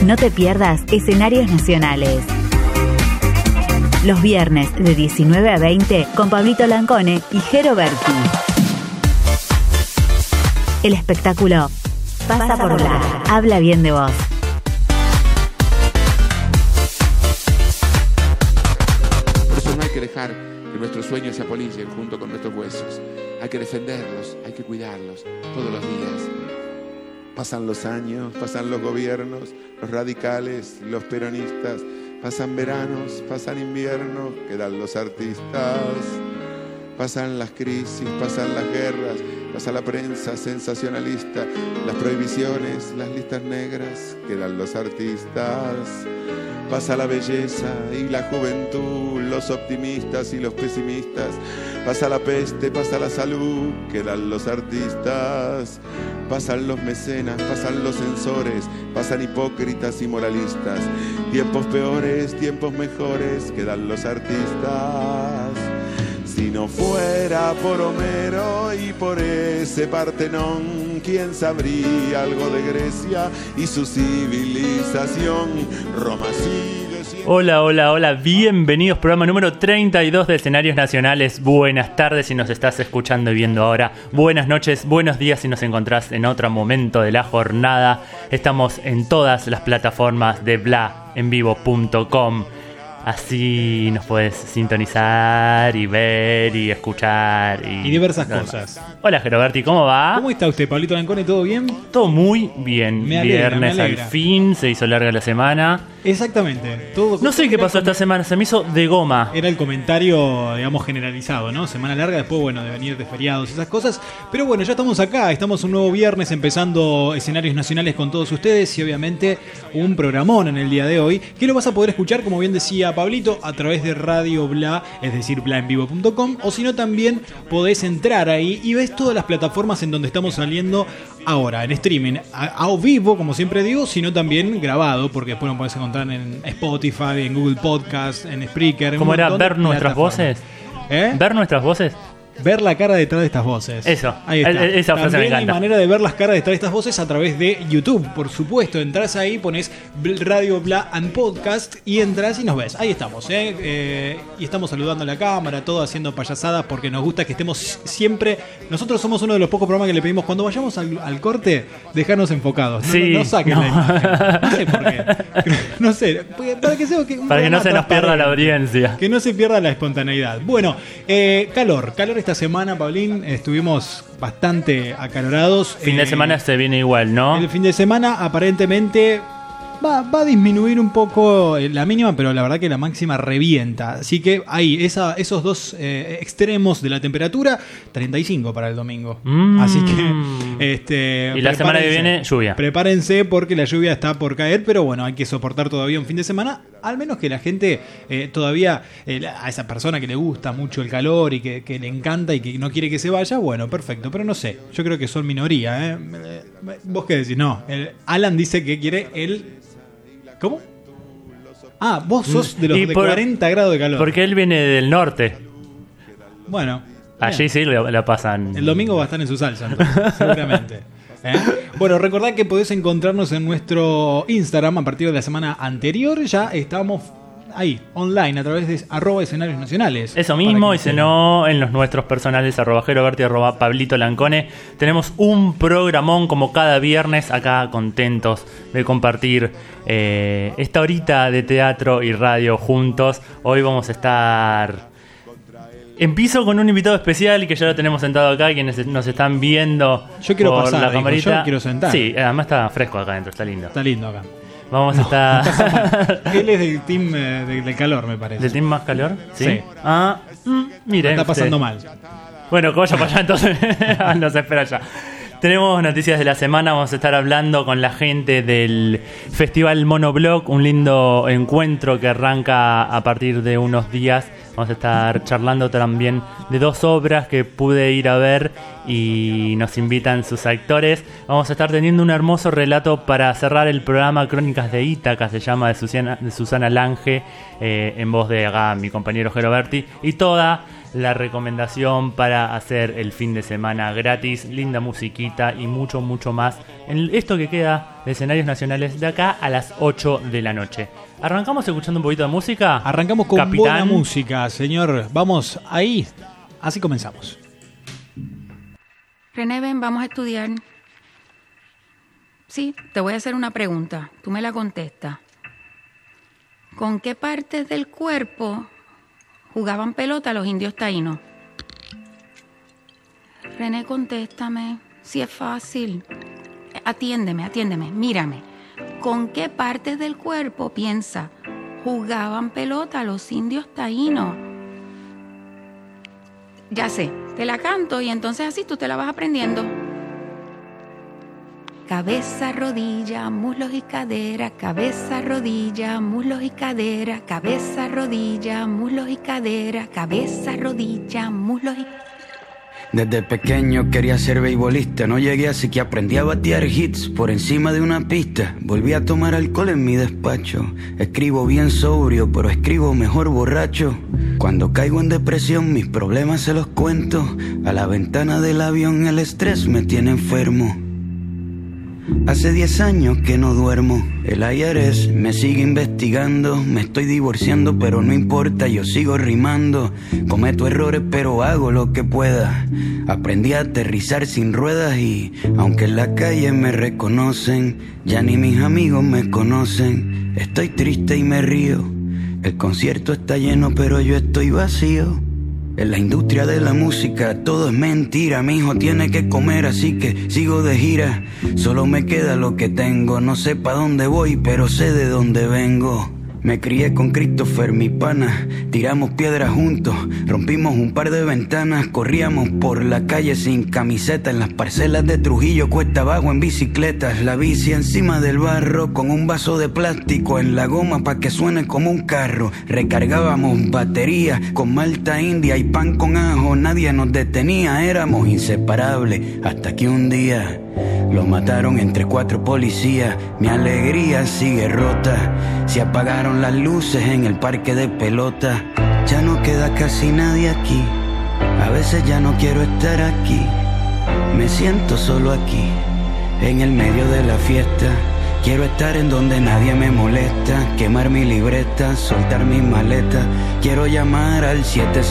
No te pierdas Escenarios Nacionales. Los viernes de 19 a 20 con Pablito Lancone y Jero Berti. El espectáculo pasa por Bla. Habla bien de vos. Por eso no hay que dejar que nuestros sueños se apolicen junto con nuestros huesos. Hay que defenderlos, hay que cuidarlos todos los días. Pasan los años, pasan los gobiernos, los radicales, los peronistas. Pasan veranos, pasan inviernos, quedan los artistas. Pasan las crisis, pasan las guerras, pasa la prensa sensacionalista, las prohibiciones, las listas negras, quedan los artistas. Pasa la belleza y la juventud, los optimistas y los pesimistas. Pasa la peste, pasa la salud, quedan los artistas. Pasan los mecenas, pasan los censores, pasan hipócritas y moralistas. Tiempos peores, tiempos mejores, quedan los artistas. Si no fuera por Homero y por ese Partenón, ¿quién sabría algo de Grecia y su civilización? Roma sigue siendo... Hola, bienvenidos, programa número 32 de Escenarios Nacionales. Buenas tardes si nos estás escuchando y viendo ahora. Buenas noches, buenos días si nos encontrás en otro momento de la jornada. Estamos en todas las plataformas de blaenvivo.com. Así nos puedes sintonizar y ver y escuchar y diversas cosas. Hola Geroberti, ¿cómo va? ¿Cómo está usted, Pablito Lancone? ¿Todo bien? Todo muy bien. Me alegra, Viernes me alegra. al fin, se hizo larga la semana. Exactamente. Todo No sé qué pasó esta semana, se me hizo de goma. Era el comentario, digamos, generalizado, ¿no? Semana larga, después, bueno, de venir de feriados, esas cosas. Pero bueno, ya estamos acá, estamos un nuevo viernes empezando Escenarios Nacionales con todos ustedes y obviamente un programón en el día de hoy, que lo vas a poder escuchar, como bien decía Pablito, a través de Radio Bla, es decir, blaenvivo.com, o si no también podés entrar ahí y ves todas las plataformas en donde estamos saliendo ahora, en streaming, a vivo, como siempre digo, sino también grabado, porque después lo podés encontrar en Spotify, en Google Podcast, en Spreaker. ¿Cómo era ver nuestras voces? ¿Ver nuestras voces? Ver la cara detrás de estas voces. Eso, ahí está. Esa frase me También hay encanta. manera de ver las caras detrás de estas voces a través de YouTube, por supuesto. Entrás ahí, pones Radio Bla and Podcast y entras y nos ves. Ahí estamos, y estamos saludando a la cámara, todo haciendo payasadas porque nos gusta que estemos siempre. Nosotros somos uno de los pocos programas que le pedimos cuando vayamos al corte, dejarnos enfocados. No saquen la imagen. No sé por qué. No sé, para que sea para que no se nos pierda la audiencia. Que no se pierda la espontaneidad. Bueno, calor esta semana, Pablín, estuvimos bastante acalorados. Fin de semana se viene igual, ¿no? El fin de semana aparentemente va a disminuir un poco la mínima, pero la verdad que la máxima revienta. Así que ahí, esos dos extremos de la temperatura, 35 para el domingo. Así que... y la semana que viene, lluvia. Prepárense porque la lluvia está por caer, pero bueno, hay que soportar todavía un fin de semana. Al menos que la gente todavía, a esa persona que le gusta mucho el calor y que le encanta y que no quiere que se vaya, bueno, perfecto. Pero no sé, yo creo que son minoría. ¿Vos qué decís? No, Alan dice que quiere ¿Cómo? Ah, vos sos de los de 40 grados de calor. Porque él viene del norte. Bueno. Allí sí la pasan. El domingo va a estar en su salsa, entonces, seguramente. Bueno, recordad que podés encontrarnos en nuestro Instagram a partir de la semana anterior. Ya estamos ahí, online, a través de @escenarios nacionales. Eso mismo, y si no, en los nuestros personales, @Geroberti, @Pablito Lancone. Tenemos un programón como cada viernes, acá contentos de compartir esta horita de teatro y radio juntos. Hoy vamos a estar... Empiezo con un invitado especial que ya lo tenemos sentado acá, quienes nos están viendo. Yo quiero por pasar, la camarita. Yo quiero sentar. Sí, además está fresco acá adentro, está lindo. Está lindo acá. Vamos a estar... Él es del team del calor, me parece. ¿Del team más calor? Sí. Mire, está pasando mal. Bueno, que vaya para allá entonces. Nos espera allá. Tenemos noticias de la semana, vamos a estar hablando con la gente del Festival Monoblog, un lindo encuentro que arranca a partir de unos días. Vamos a estar charlando también de 2 obras que pude ir a ver y nos invitan sus actores. Vamos a estar teniendo un hermoso relato para cerrar el programa, Crónicas de Ítaca, se llama, de Susana Lange, en voz de acá mi compañero Geroberti, y toda la recomendación para hacer el fin de semana gratis, linda musiquita y mucho, mucho más en esto que queda de escenarios nacionales de acá a las 8 de la noche. ¿Arrancamos escuchando un poquito de música? Arrancamos con Capitán. Buena música, señor. Vamos ahí, así comenzamos. René, ven, vamos a estudiar. Sí, te voy a hacer una pregunta. Tú me la contestas. ¿Con qué partes del cuerpo jugaban pelota los indios taínos? René, contéstame. Si es fácil. Atiéndeme, mírame. ¿Con qué partes del cuerpo, piensa, jugaban pelota los indios taínos? Ya sé, te la canto y entonces así tú te la vas aprendiendo. Cabeza, rodilla, muslos y cadera, cabeza, rodilla, muslos y cadera, cabeza, rodilla, muslos y cadera, cabeza, rodilla, muslos y... Desde pequeño quería ser beisbolista, no llegué así que aprendí a batear hits por encima de una pista. Volví a tomar alcohol en mi despacho, escribo bien sobrio, pero escribo mejor borracho. Cuando caigo en depresión mis problemas se los cuento, a la ventana del avión el estrés me tiene enfermo. Hace 10 años que no duermo, el IRS me sigue investigando. Me estoy divorciando pero no importa, yo sigo rimando. Cometo errores pero hago lo que pueda. Aprendí a aterrizar sin ruedas y aunque en la calle me reconocen, ya ni mis amigos me conocen. Estoy triste y me río, el concierto está lleno pero yo estoy vacío. En la industria de la música todo es mentira. Mi hijo tiene que comer así que sigo de gira. Solo me queda lo que tengo. No sé pa' dónde voy pero sé de dónde vengo. Me crié con Christopher, mi pana. Tiramos piedras juntos, rompimos un par de ventanas. Corríamos por la calle sin camiseta. En las parcelas de Trujillo cuesta abajo en bicicletas. La bici encima del barro con un vaso de plástico en la goma pa' que suene como un carro. Recargábamos baterías con malta india y pan con ajo. Nadie nos detenía, éramos inseparables. Hasta que un día lo mataron entre 4 policías. Mi alegría sigue rota. Se apagaron las luces en el parque de pelota. Ya no queda casi nadie aquí. A veces ya no quiero estar aquí. Me siento solo aquí, en el medio de la fiesta. Quiero estar en donde nadie me molesta. Quemar mi libreta, soltar mis maletas. Quiero llamar al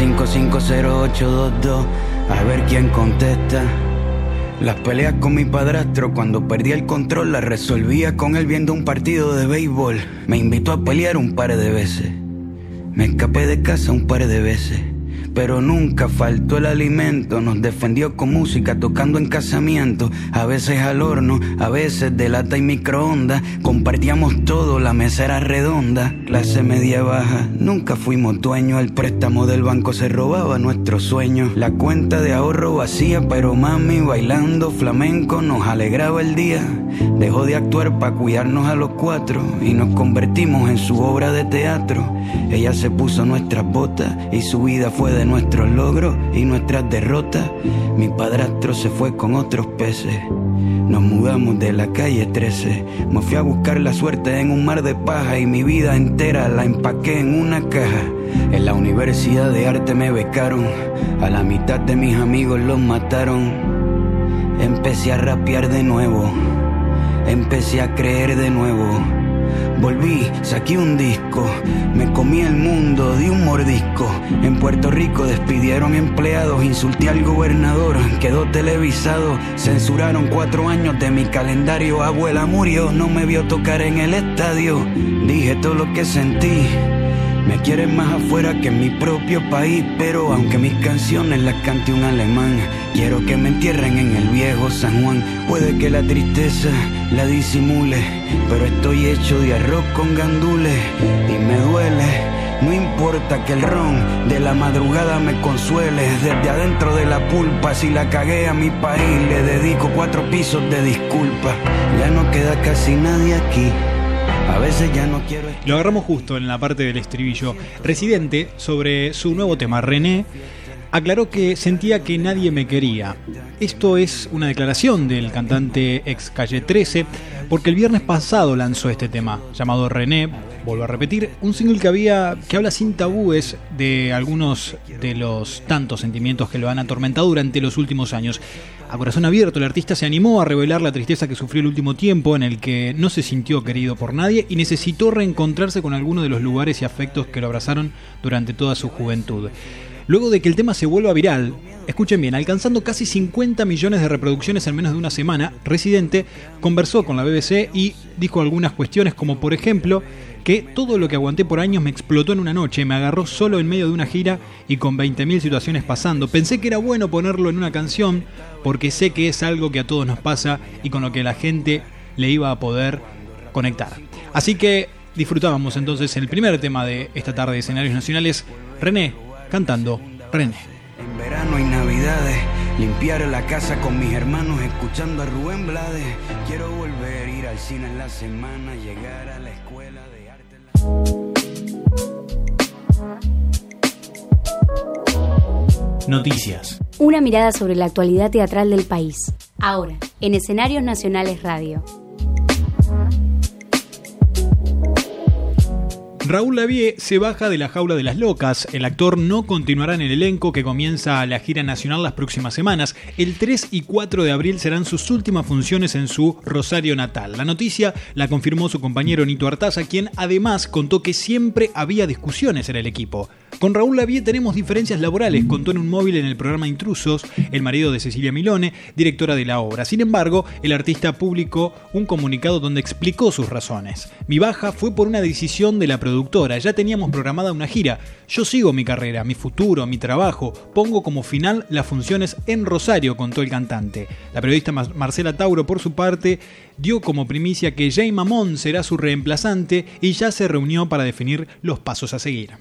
7550822 a ver quién contesta. Las peleas con mi padrastro, cuando perdía el control, las resolvía con él viendo un partido de béisbol. Me invitó a pelear un par de veces. Me escapé de casa un par de veces. Pero nunca faltó el alimento. Nos defendió con música, tocando en casamientos. A veces al horno, a veces de lata y microondas. Compartíamos todo, la mesa era redonda. Clase media baja, nunca fuimos dueños. El préstamo del banco se robaba nuestros sueños. La cuenta de ahorro vacía, pero mami bailando flamenco nos alegraba el día. Dejó de actuar para cuidarnos a los 4 y nos convertimos en su obra de teatro. Ella se puso nuestras botas y su vida fue de nuestros logros y nuestras derrotas. Mi padrastro se fue con otros peces. Nos mudamos de la calle 13. Me fui a buscar la suerte en un mar de paja y mi vida entera la empaqué en una caja. En la Universidad de Arte me becaron. A la mitad de mis amigos los mataron. Empecé a rapear de nuevo. Empecé a creer de nuevo. Volví, saqué un disco, me comí el mundo de un mordisco. En Puerto Rico despidieron empleados, insulté al gobernador, quedó televisado. Censuraron 4 años de mi calendario. Abuela murió, no me vio tocar en el estadio. Dije todo lo que sentí. Me quieren más afuera que en mi propio país, pero aunque mis canciones las cante un alemán, quiero que me entierren en el viejo San Juan. Puede que la tristeza la disimule, pero estoy hecho de arroz con gandules y me duele. No importa que el ron de la madrugada me consuele. Desde adentro de la pulpa, si la cagué a mi país, le dedico 4 pisos de disculpa. Ya no queda casi nadie aquí. A veces ya no quiero... Lo agarramos justo en la parte del estribillo. Residente, sobre su nuevo tema, René, aclaró que sentía que nadie me quería. Esto es una declaración del cantante ex Calle 13, porque el viernes pasado lanzó este tema, llamado René, vuelvo a repetir, un single que habla sin tabúes de algunos de los tantos sentimientos que lo han atormentado durante los últimos años. A corazón abierto, el artista se animó a revelar la tristeza que sufrió el último tiempo, en el que no se sintió querido por nadie y necesitó reencontrarse con algunos de los lugares y afectos que lo abrazaron durante toda su juventud. Luego de que el tema se vuelva viral, escuchen bien, alcanzando casi 50 millones de reproducciones en menos de una semana, Residente conversó con la BBC y dijo algunas cuestiones como, por ejemplo, que todo lo que aguanté por años me explotó en una noche, me agarró solo en medio de una gira y con 20.000 situaciones pasando. Pensé que era bueno ponerlo en una canción porque sé que es algo que a todos nos pasa y con lo que la gente le iba a poder conectar. Así que disfrutábamos entonces el primer tema de esta tarde de Escenarios Nacionales, René cantando René. En verano y navidades, limpiar la casa con mis hermanos, escuchando a Rubén Blades. Quiero volver, ir al cine en la semana, llegar a la escuela de arte. Noticias. Una mirada sobre la actualidad teatral del país. Ahora, en Escenarios Nacionales Radio. Raúl Lavie se baja de la jaula de las locas. El actor no continuará en el elenco que comienza la gira nacional las próximas semanas. El 3 y 4 de abril serán sus últimas funciones en su Rosario natal. La noticia la confirmó su compañero Nito Artaza, quien además contó que siempre había discusiones en el equipo. Con Raúl Lavie tenemos diferencias laborales, contó en un móvil en el programa Intrusos, el marido de Cecilia Milone, directora de la obra. Sin embargo, el artista publicó un comunicado donde explicó sus razones. Mi baja fue por una decisión de la productora, ya teníamos programada una gira. Yo sigo mi carrera, mi futuro, mi trabajo, pongo como final las funciones en Rosario, contó el cantante. La periodista Marcela Tauro, por su parte, dio como primicia que Jay Mamón será su reemplazante y ya se reunió para definir los pasos a seguir.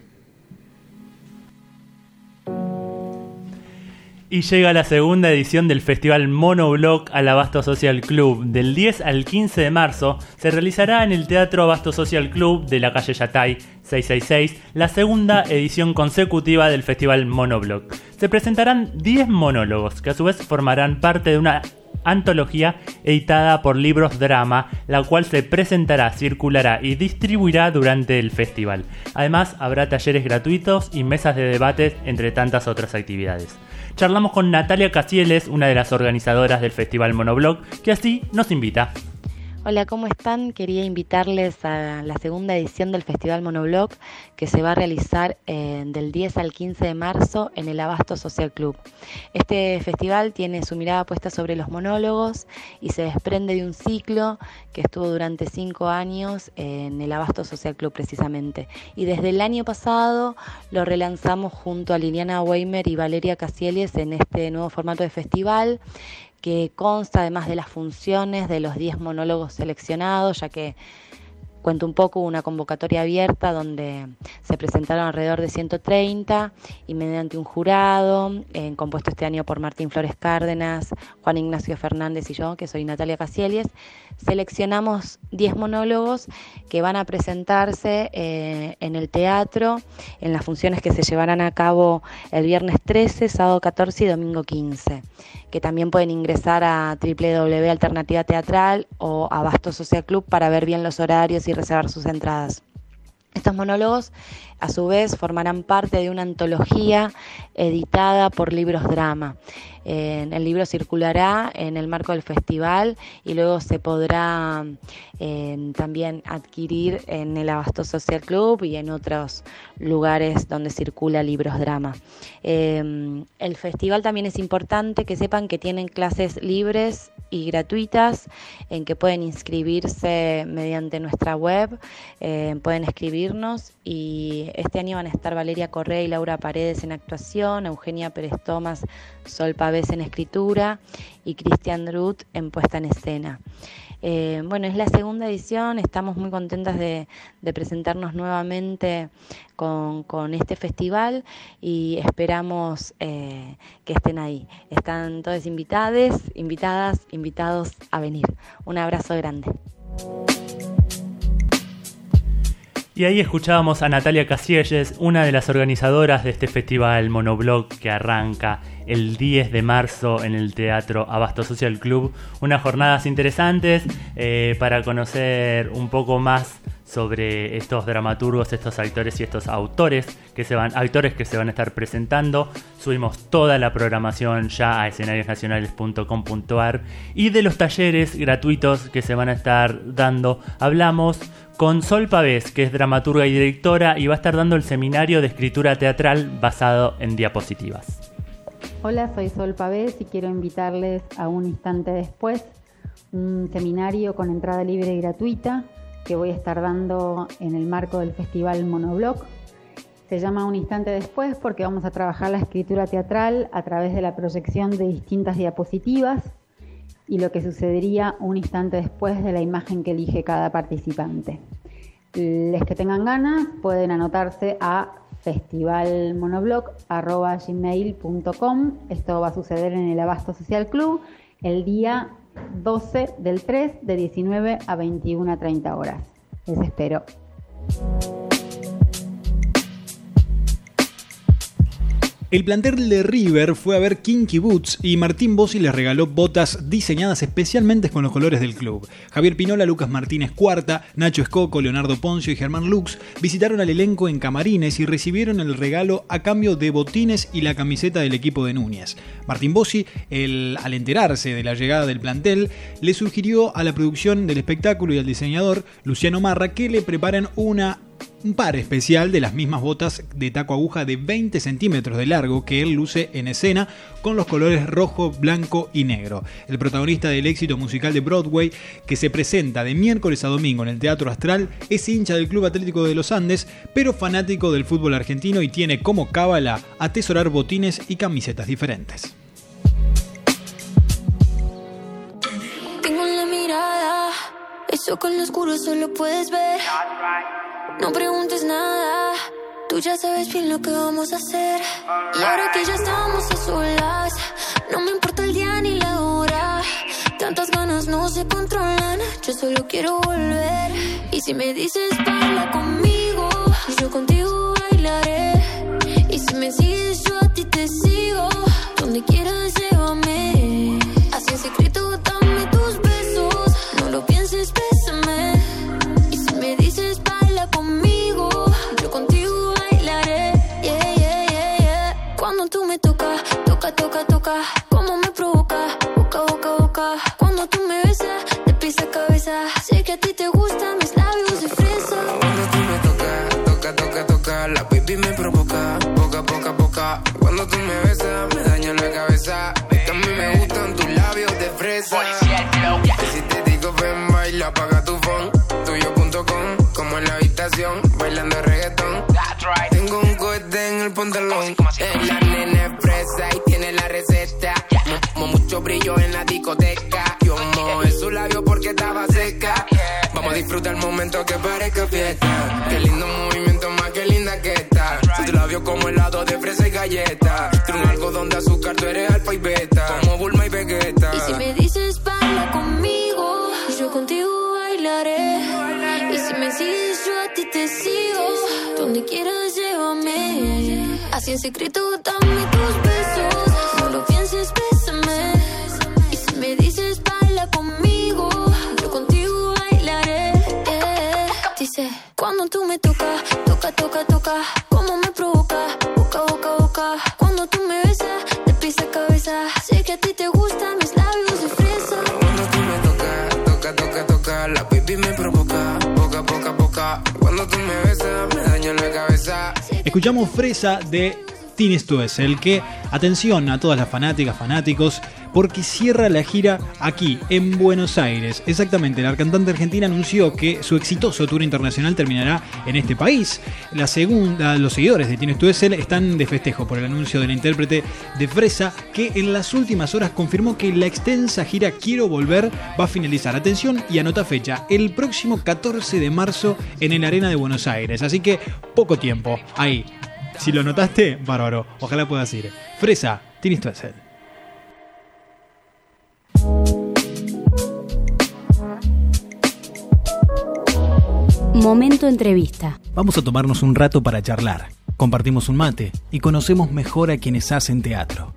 Y llega la segunda edición del Festival Monobloc al Abasto Social Club. Del 10 al 15 de marzo se realizará en el Teatro Abasto Social Club de la calle Yatay 666 la segunda edición consecutiva del Festival Monobloc. Se presentarán 10 monólogos que a su vez formarán parte de una antología editada por Libros Drama, la cual se presentará, circulará y distribuirá durante el festival. Además, habrá talleres gratuitos y mesas de debate, entre tantas otras actividades. Charlamos con Natalia Casieles, una de las organizadoras del Festival Monobloc, que así nos invita. Hola, ¿cómo están? Quería invitarles a la segunda edición del Festival Monobloc, que se va a realizar del 10 al 15 de marzo en el Abasto Social Club. Este festival tiene su mirada puesta sobre los monólogos y se desprende de un ciclo que estuvo durante 5 años en el Abasto Social Club precisamente. Y desde el año pasado lo relanzamos junto a Liliana Weimer y Valeria Casieles en este nuevo formato de festival, que consta además de las funciones de los 10 monólogos seleccionados, ya que cuento un poco, una convocatoria abierta donde se presentaron alrededor de 130 y mediante un jurado, compuesto este año por Martín Flores Cárdenas, Juan Ignacio Fernández y yo, que soy Natalia Casieles, seleccionamos 10 monólogos que van a presentarse en el teatro, en las funciones que se llevarán a cabo el viernes 13, sábado 14 y domingo 15, que también pueden ingresar a www.alternativa teatral o Abasto Social Club para ver bien los horarios y reservar sus entradas. Estos monólogos, a su vez, formarán parte de una antología editada por Libros Drama. El libro circulará en el marco del festival y luego se podrá también adquirir en el Abasto Social Club y en otros lugares donde circula Libros Drama. El festival también es importante que sepan que tienen clases libres y gratuitas en que pueden inscribirse mediante nuestra web, pueden escribirnos, y este año van a estar Valeria Correa y Laura Paredes en actuación, Eugenia Pérez Tomás, Sol Pavés en escritura y Cristian Drut en puesta en escena. Bueno, es la segunda edición, estamos muy contentas de presentarnos nuevamente con este festival y esperamos que estén ahí. Están todos invitados a venir. Un abrazo grande. Y ahí escuchábamos a Natalia Casielles, una de las organizadoras de este festival Monoblog que arranca el 10 de marzo en el Teatro Abasto Social Club. Unas jornadas interesantes para conocer un poco más sobre estos dramaturgos, estos actores y estos actores que se van a estar presentando. Subimos toda la programación ya a escenariosnacionales.com.ar, y de los talleres gratuitos que se van a estar dando hablamos con Sol Pavés, que es dramaturga y directora, y va a estar dando el seminario de escritura teatral basado en diapositivas. Hola, soy Sol Pavés y quiero invitarles a Un Instante Después, un seminario con entrada libre y gratuita que voy a estar dando en el marco del Festival Monoblog. Se llama Un Instante Después porque vamos a trabajar la escritura teatral a través de la proyección de distintas diapositivas y lo que sucedería un instante después de la imagen que elige cada participante. Les que tengan ganas pueden anotarse a festivalmonoblog@gmail.com. Esto va a suceder en el Abasto Social Club el día 12 del 3 de 19 a 21:30 horas. Les espero. El plantel de River fue a ver Kinky Boots y Martín Bossi les regaló botas diseñadas especialmente con los colores del club. Javier Pinola, Lucas Martínez Cuarta, Nacho Escoco, Leonardo Poncio y Germán Lux visitaron al elenco en camarines y recibieron el regalo a cambio de botines y la camiseta del equipo de Núñez. Martín Bossi, al enterarse de la llegada del plantel, le sugirió a la producción del espectáculo y al diseñador Luciano Marra que le preparen un par especial de las mismas botas de taco aguja de 20 centímetros de largo que él luce en escena con los colores rojo, blanco y negro. El protagonista del éxito musical de Broadway, que se presenta de miércoles a domingo en el Teatro Astral, es hincha del Club Atlético de los Andes, pero fanático del fútbol argentino y tiene como cábala atesorar botines y camisetas diferentes. Tengo en la mirada, eso con lo oscuro solo puedes ver. No preguntes nada, tú ya sabes bien lo que vamos a hacer. Y ahora que ya estamos a solas, no me importa el día ni la hora. Tantas ganas no se controlan, yo solo quiero volver. Y si me dices baila conmigo, yo contigo bailaré. Y si me sigues yo a ti te sigo, donde quieras llévame. Así en secreto dame tus besos, no lo pienses, bésame. Y si me dices baila conmigo, yo contigo bailaré. Yeah, yeah, yeah, yeah. Cuando tú me tocas, toca, toca, toca, como me provoca, boca, boca, boca. Cuando tú me besas, de pies a cabeza, sé que a ti te gustan mis labios de fresa. Cuando tú me tocas, toca, toca, toca, la baby me provoca, boca, boca, boca. Cuando tú me besas, me daña la cabeza, es que a mí me gustan tus labios de fresa. Y si te digo ven, baila, apaga tu phone, tuyo.com, como en la habitación, bailando reggaetón. Tengo un cohete en el pantalón, la nena es fresa y tiene la receta. Mucho brillo en la discoteca, yo mojé su labio porque estaba seca. Vamos a disfrutar el momento que parezca fiesta. Qué lindo movimiento, más que linda que está. Tu labio como helado de fresa y galleta. Tiene un algodón de azúcar, tú eres alfa y beta, como Bulma y Vegeta. Y si me dices baila conmigo, yo contigo bailaré. Y si me sigues yo a ti te sigo, donde quieras llévame. Así en secreto dame tus besos, no lo pienses, bésame. Y si me dices baila conmigo, yo contigo bailaré. Yeah. Dice, cuando tú me tocas, toca, toca, toca, como me provoca, boca, boca, boca. Cuando tú me besas, de pies a cabeza, sé que a ti te gustan mis labios de fresa. Cuando tú me tocas, toca, toca, toca, la baby me provoca, boca, boca, boca. Cuando tú me besas, me daña la cabeza. Escuchamos Fresa de Tini Stoessel, que, atención a todas las fanáticas, fanáticos, porque cierra la gira aquí, en Buenos Aires. Exactamente, la cantante argentina anunció que su exitoso tour internacional terminará en este país. Los seguidores de Tini Stoessel están de festejo por el anuncio de la intérprete de Fresa, que en las últimas horas confirmó que la extensa gira Quiero Volver va a finalizar. Atención y anota fecha, el próximo 14 de marzo en el Arena de Buenos Aires. Así que poco tiempo, ahí. Si lo notaste, bárbaro. Ojalá puedas ir. Fresa, Tini Stoessel. Momento entrevista. Vamos a tomarnos un rato para charlar, compartimos un mate y conocemos mejor a quienes hacen teatro.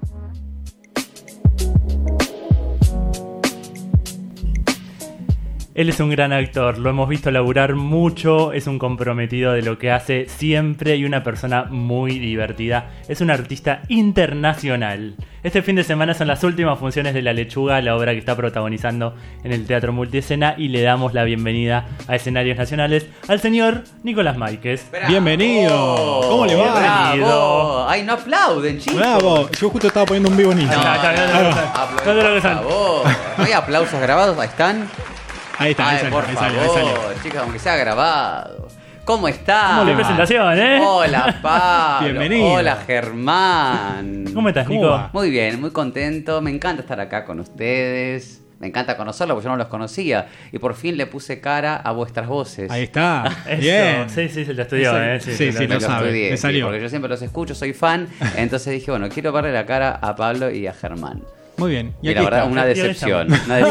Él es un gran actor, lo hemos visto laburar mucho, es un comprometido de lo que hace siempre y una persona muy divertida. Es un artista internacional. Este fin de semana son las últimas funciones de La Lechuga, la obra que está protagonizando en el Teatro Multiescena, y le damos la bienvenida a Escenarios Nacionales al señor Nicolás Máiquez. ¡Bravo! ¡Bienvenido! ¿Cómo le va? ¡Bravo! ¡Ay, no aplauden, chicos! ¡Bravo! Yo justo estaba poniendo un vivo niño. Aplauden, por favor. ¿No hay aplausos grabados? ¿Ahí están? Ahí está, Ay, por favor, chicas, aunque sea grabado. ¿Cómo está? ¿Qué presentación, Hola, Pablo. Bienvenido. Hola, Germán. ¿Cómo estás, Nico? Muy bien, muy contento. Me encanta estar acá con ustedes. Me encanta conocerlos porque yo no los conocía. Y por fin le puse cara a vuestras voces. Ahí está. Eso. Bien. Sí, se lo estudió. Sí, lo sabe. Estudié, Le salió. porque yo siempre los escucho, soy fan. Entonces dije, bueno, quiero verle la cara a Pablo y a Germán. Muy bien. Y la verdad, una decepción.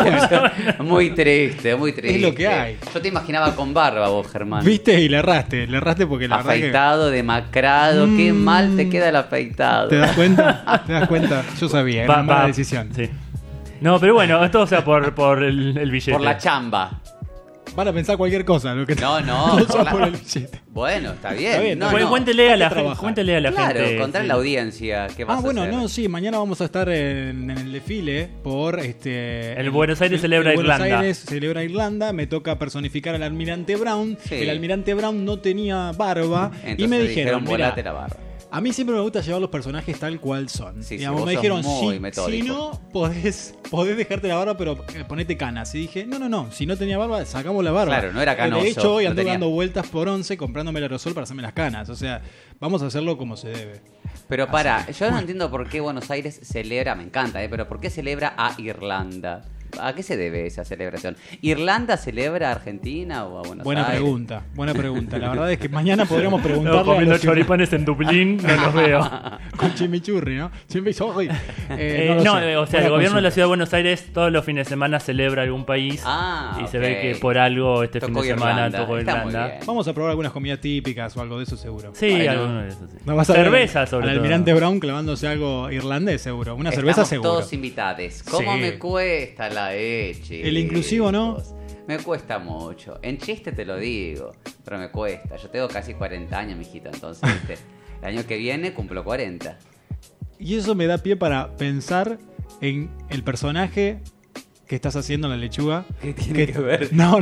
Muy triste, muy triste. Es lo que hay. Yo te imaginaba con barba vos, Germán. ¿Viste? Y le erraste porque la afeitado, verdad que... demacrado, qué mal te queda el afeitado. ¿Te das cuenta? ¿Te das cuenta? Yo sabía, era una mala decisión. Sí. No, pero bueno, esto sea por el billete. Por la chamba. Van a pensar cualquier cosa. Lo que no, por el billete. Bueno, está bien. Cuéntele a la gente. Claro, contar la audiencia qué vas a hacer. Sí, mañana vamos a estar en el desfile por el Buenos Aires celebra Irlanda. Buenos Aires celebra Irlanda, me toca personificar al Almirante Brown. Sí. El Almirante Brown no tenía barba. Entonces, y me dijeron, volate la barba. A mí siempre me gusta llevar los personajes tal cual son. Sí, digamos, me dijeron, si no, podés dejarte la barba, pero ponete canas. Y dije, no, si no tenía barba, sacamos la barba. Claro, no era canoso. De hecho, hoy ando dando vueltas por 11 comprándome el aerosol para hacerme las canas. O sea, vamos a hacerlo como se debe. Pero yo no entiendo por qué Buenos Aires celebra, me encanta, pero ¿por qué celebra a Irlanda? ¿A qué se debe esa celebración? ¿Irlanda celebra a Argentina o a Buenos Aires? Buena pregunta. La verdad es que mañana podríamos preguntarle comiendo choripanes en Dublín, no los veo. Con chimichurri, ¿no? O sea, el gobierno de la Ciudad de Buenos Aires todos los fines de semana celebra algún país y se ve que por algo este fin de semana tocó Irlanda. Vamos a probar algunas comidas típicas o algo de eso seguro. Sí, alguno de eso, sí. No vas a cerveza sobre todo. Al Almirante Brown clavándose algo irlandés seguro. Una cerveza seguro. Todos invitados. ¿Cómo me cuesta la leche? El inclusivo, ¿no? Me cuesta mucho. En chiste te lo digo, pero me cuesta. Yo tengo casi 40 años, mijito, entonces el año que viene cumplo 40. Y eso me da pie para pensar en el personaje que estás haciendo en La Lechuga. ¿Qué tiene que ver? No.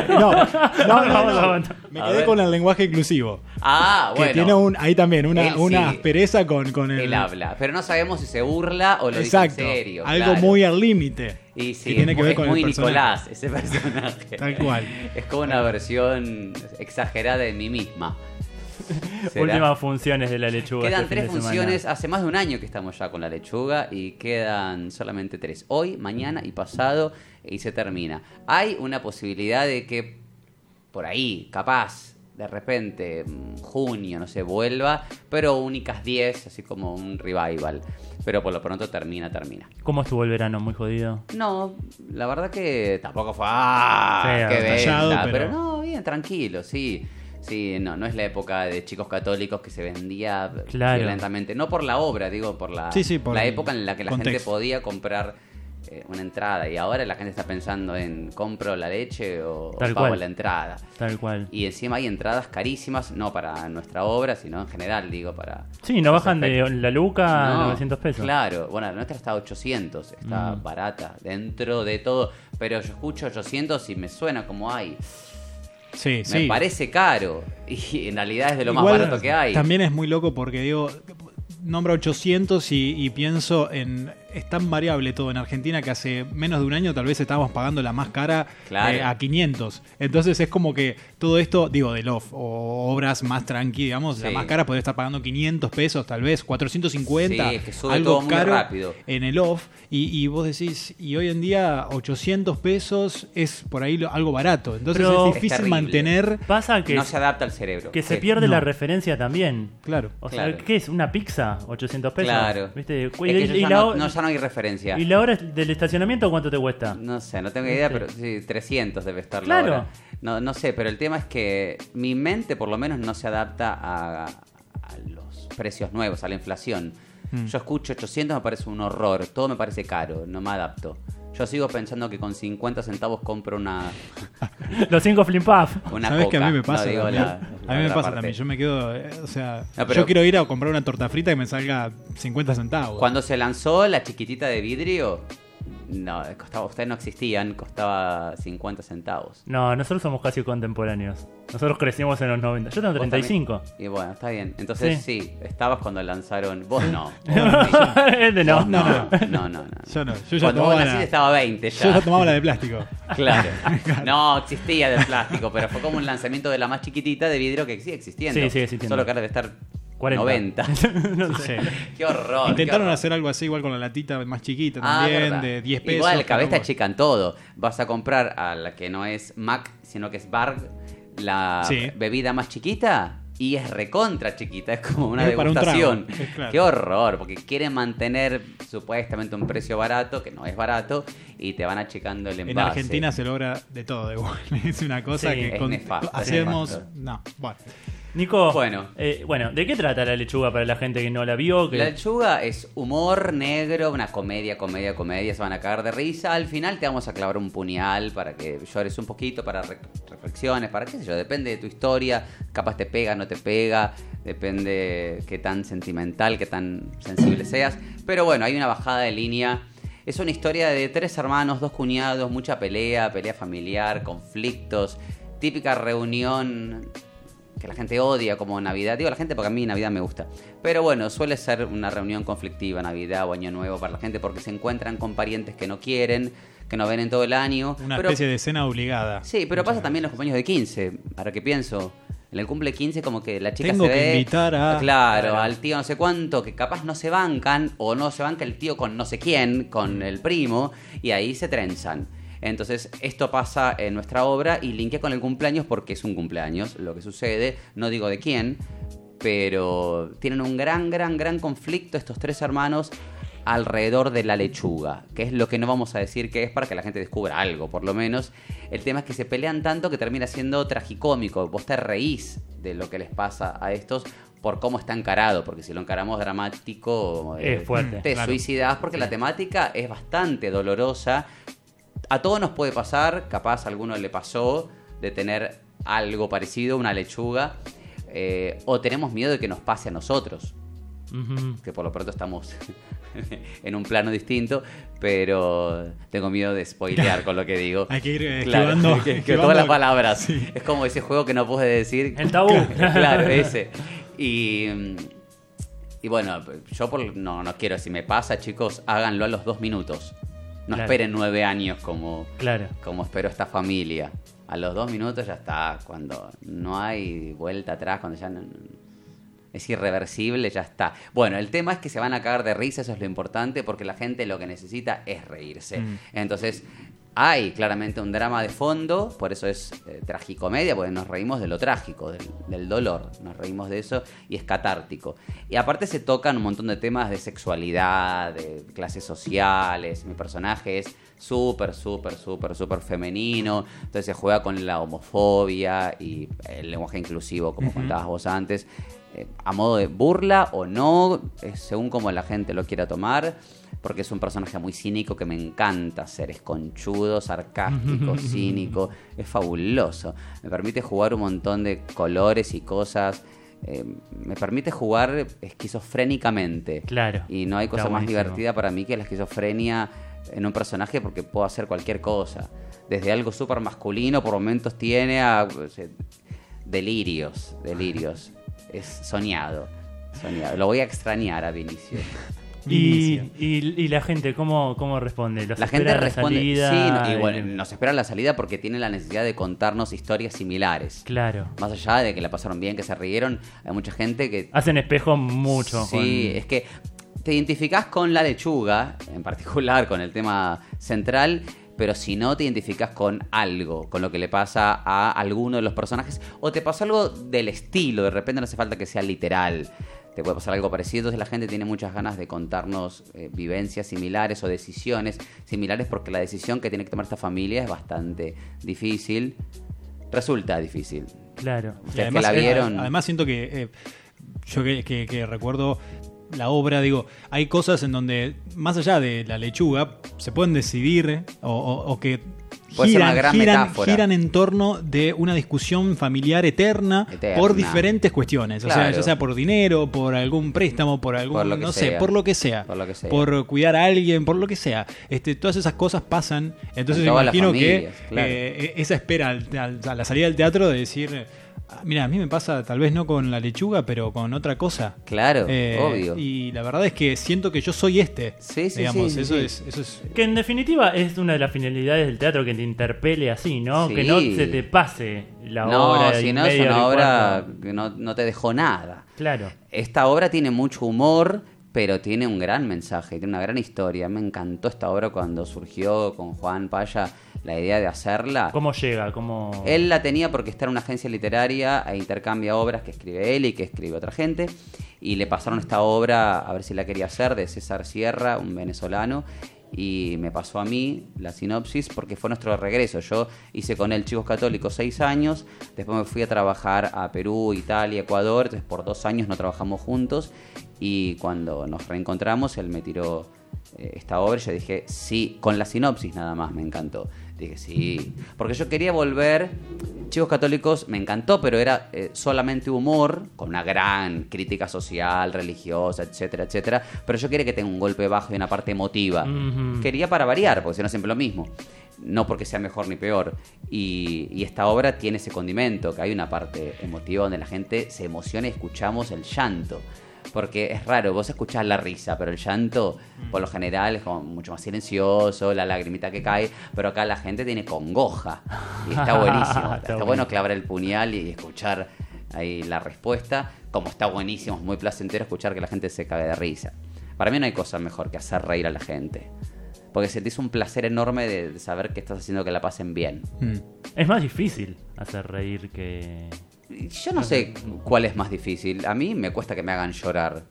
Me quedé con el lenguaje inclusivo. Ah, bueno. Que tiene ahí también una aspereza con el... Él habla, pero no sabemos si se burla o lo dice en serio. Algo muy al límite. Y sí, tiene que ver con muy el Nicolás, ese personaje. Tal cual. Es como una versión exagerada de mí misma. Últimas funciones de La Lechuga. Quedan 3 funciones, hace más de un año que estamos ya con La Lechuga y quedan solamente 3. Hoy, mañana y pasado y se termina. Hay una posibilidad de que por ahí, capaz, de repente, junio, no sé, vuelva, pero únicas 10, así como un revival. Pero por lo pronto termina. ¿Cómo estuvo el verano? ¿Muy jodido? No, la verdad que tampoco fue qué venta, pero no, bien, tranquilo, sí. Sí, no es la época de Chicos Católicos que se vendía violentamente. No por la obra, digo, por la época en la que la gente podía comprar una entrada. Y ahora la gente está pensando en compro la leche o pago la entrada. Tal cual. Y encima hay entradas carísimas, no para nuestra obra, sino en general, digo, para... Sí, no bajan de la luca a 900 pesos. Claro, bueno, la nuestra está a 800, está barata, dentro de todo. Pero yo escucho 800 y me suena como hay... Sí, me parece caro y en realidad es de lo igual, más barato que hay. También es muy loco porque digo, nombra 800 y pienso en... Es tan variable todo en Argentina que hace menos de un año tal vez estábamos pagando la más cara a 500. Entonces es como que todo esto, digo, del off o obras más tranqui, digamos, la más cara podría estar pagando 500 pesos tal vez, 450, que sube algo todo muy caro rápido. En el off. Y vos decís, y hoy en día 800 pesos es por ahí algo barato. Entonces es difícil mantener... Pasa que no se adapta al cerebro. Que se pierde la referencia también. Claro. O sea, ¿qué es? ¿Una pizza? 800 pesos. Claro. ¿Viste? Es que no ya no hay referencia. ¿Y la hora del estacionamiento cuánto te cuesta? No sé, no tengo idea, pero sí, 300 debe estar Claro. la hora. No sé, pero el tema es que mi mente por lo menos no se adapta a los precios nuevos, a la inflación. Yo escucho 800, me parece un horror, todo me parece caro, no me adapto. Yo sigo pensando que con 50 centavos compro una... Los 5 Flimpaf. Una ¿Sabes coca. qué a mí me pasa? No, digo también? la A mí me otra pasa parte. también. Yo me quedo, No, pero- yo quiero ir a comprar una torta frita y me salga 50 centavos. Cuando se lanzó la chiquitita de vidrio, no, ustedes no existían, costaba 50 centavos. No, nosotros somos casi contemporáneos. Nosotros crecimos en los 90. Yo tengo 35. ¿Vos también? Y bueno, está bien. Entonces sí, estabas cuando lanzaron. Vos no. Este no. Vos no. Yo no. Yo ya Cuando vos tomaba naciste estaba 20 ya. Yo ya tomaba la de plástico. Claro. No existía de plástico, pero fue como un lanzamiento de la más chiquitita de vidrio que sigue existiendo. Sí, sigue existiendo. Solo que ahora debe estar 40. 90. No sé. Qué horror. Intentaron qué horror. hacer algo así igual con la latita más chiquita también, verdad. de 10 pesos. Igual, cada vez te pero- achican todo. Vas a comprar a la que no es Mac, sino que es Barg, la Sí. bebida más chiquita. Y es recontra chiquita, es como una Es para un trago, degustación. es claro. Qué horror, porque quieren mantener supuestamente un precio barato, que no es barato, y te van achicando el envase. En Argentina se logra de todo igual. Es una cosa Sí, que es nefasto, es hacemos... nefasto. No, bueno. Nico, Bueno. ¿de qué trata la lechuga para la gente que no la vio? Que... La lechuga es humor negro, una comedia, se van a cagar de risa. Al final te vamos a clavar un puñal para que llores un poquito, para reflexiones, para qué sé yo, depende de tu historia. Capaz te pega, no te pega, depende qué tan sentimental, qué tan sensible seas. Pero bueno, hay una bajada de línea. Es una historia de 3 hermanos, 2 cuñados, mucha pelea familiar, conflictos, típica reunión que la gente odia como Navidad. Digo la gente porque a mí Navidad me gusta. Pero bueno, suele ser una reunión conflictiva, Navidad o Año Nuevo para la gente porque se encuentran con parientes que no quieren, que no ven en todo el año. Una Pero- especie de escena obligada. Sí, pero pasa también en los cumpleaños de 15. ¿Para qué pienso? En el cumple 15 como que la chica Tengo se que ve... invitar a- Claro, al tío no sé cuánto, que capaz no se bancan, o no se banca el tío con no sé quién, con el primo, y ahí se trenzan. Entonces, esto pasa en nuestra obra y linkea con el cumpleaños porque es un cumpleaños, lo que sucede, no digo de quién, pero tienen un gran conflicto estos 3 hermanos alrededor de la lechuga, que es lo que no vamos a decir que es para que la gente descubra algo, por lo menos. El tema es que se pelean tanto que termina siendo tragicómico. Vos te reís de lo que les pasa a estos por cómo está encarado, porque si lo encaramos dramático, Es fuerte, te claro. suicidas, porque la temática es bastante dolorosa. A todos nos puede pasar, capaz a alguno le pasó de tener algo parecido, una lechuga, o tenemos miedo de que nos pase a nosotros, que por lo pronto estamos en un plano distinto, pero tengo miedo de spoilear con lo que digo. Hay que ir Claro, esquivando- que esquivando- todas las palabras. Sí. Es como ese juego que no pude decir. El tabú. Claro, ese. Y bueno, yo no quiero, si me pasa, chicos, háganlo a los 2 minutos. No Claro. esperen 9 años como Claro. espero esta familia. A los 2 minutos ya está, cuando no hay vuelta atrás, cuando ya es irreversible, ya está. Bueno, el tema es que se van a cagar de risa, eso es lo importante, porque la gente lo que necesita es reírse. Entonces, hay claramente un drama de fondo, por eso es tragicomedia, porque nos reímos de lo trágico, del dolor, nos reímos de eso y es catártico. Y aparte se tocan un montón de temas de sexualidad, de clases sociales. Mi personaje es súper femenino, entonces se juega con la homofobia y el lenguaje inclusivo, como contabas vos antes, a modo de burla o no, según como la gente lo quiera tomar, porque es un personaje muy cínico que me encanta hacer, es conchudo, sarcástico, cínico, es fabuloso, me permite jugar un montón de colores y cosas. Me permite jugar esquizofrénicamente. Claro. Y no hay cosa Está más buenísimo. divertida para mí que la esquizofrenia en un personaje, porque puedo hacer cualquier cosa. Desde algo súper masculino, por momentos tiene a delirios. Es soñado. Lo voy a extrañar a Vinicius. Y la gente, ¿cómo responde? ¿Los La gente espera a responde, salida? sí, y bueno, nos espera la salida porque tiene la necesidad de contarnos historias similares. Claro. Más allá de que la pasaron bien, que se rieron, hay mucha gente que... Hacen espejo mucho. Sí, es que te identificás con la lechuga, en particular con el tema central, pero si no te identificás con algo, con lo que le pasa a alguno de los personajes, o te pasa algo del estilo, de repente no hace falta que sea literal. te puede pasar algo parecido. Entonces la gente tiene muchas ganas de contarnos vivencias similares o decisiones similares, porque la decisión que tiene que tomar esta familia es bastante difícil. Resulta difícil. Claro. Ustedes además, que la vieron... además siento que yo que recuerdo la obra, digo, hay cosas en donde, más allá de la lechuga, se pueden decidir o que puede ser una gran metáfora. giran en torno de una discusión familiar eterna. Por diferentes cuestiones. Claro. O sea, ya sea por dinero, por algún préstamo, por algún, no sé, por lo que sea. Por cuidar a alguien, por lo que sea. Todas esas cosas pasan. Entonces me imagino que esa espera a la salida del teatro de decir... Mira, a mí me pasa tal vez no con la lechuga, pero con otra cosa. Claro, obvio. Y la verdad es que siento que yo soy digamos, eso es... Que en definitiva es una de las finalidades del teatro, que te interpele así, ¿no? Sí. Que no se te pase la obra. No, si no es una obra que no te dejó nada. Claro. Esta obra tiene mucho humor, pero tiene un gran mensaje, tiene una gran historia. Me encantó esta obra cuando surgió con Juan Paya la idea de hacerla. ¿Cómo llega? Él la tenía porque está en una agencia literaria e intercambia obras que escribe él y que escribe otra gente. Y le pasaron esta obra a ver si la quería hacer, de César Sierra, un venezolano. Y me pasó a mí la sinopsis porque fue nuestro regreso. Yo hice con él Chicos Católicos 6 años, después me fui a trabajar a Perú, Italia, Ecuador. Entonces por 2 años no trabajamos juntos. Y cuando nos reencontramos, él me tiró esta obra y yo dije, sí, con la sinopsis nada más, me encantó. Dije, sí, porque yo quería volver. Chicos Católicos me encantó, pero era solamente humor, con una gran crítica social, religiosa, etcétera, etcétera. Pero yo quería que tenga un golpe bajo y una parte emotiva. Quería para variar, porque si no es siempre lo mismo. No porque sea mejor ni peor. Y esta obra tiene ese condimento, que hay una parte emotiva donde la gente se emociona y escuchamos el llanto. Porque es raro, vos escuchás la risa, pero el llanto, por lo general, es como mucho más silencioso, la lagrimita que cae, pero acá la gente tiene congoja. Y está buenísimo. Está bueno clavar el puñal y escuchar ahí la respuesta. Como está buenísimo, es muy placentero escuchar que la gente se cague de risa. Para mí no hay cosa mejor que hacer reír a la gente. Porque sentís un placer enorme de saber que estás haciendo que la pasen bien. Es más difícil hacer reír que... Yo no sé cuál es más difícil. A mí me cuesta que me hagan llorar.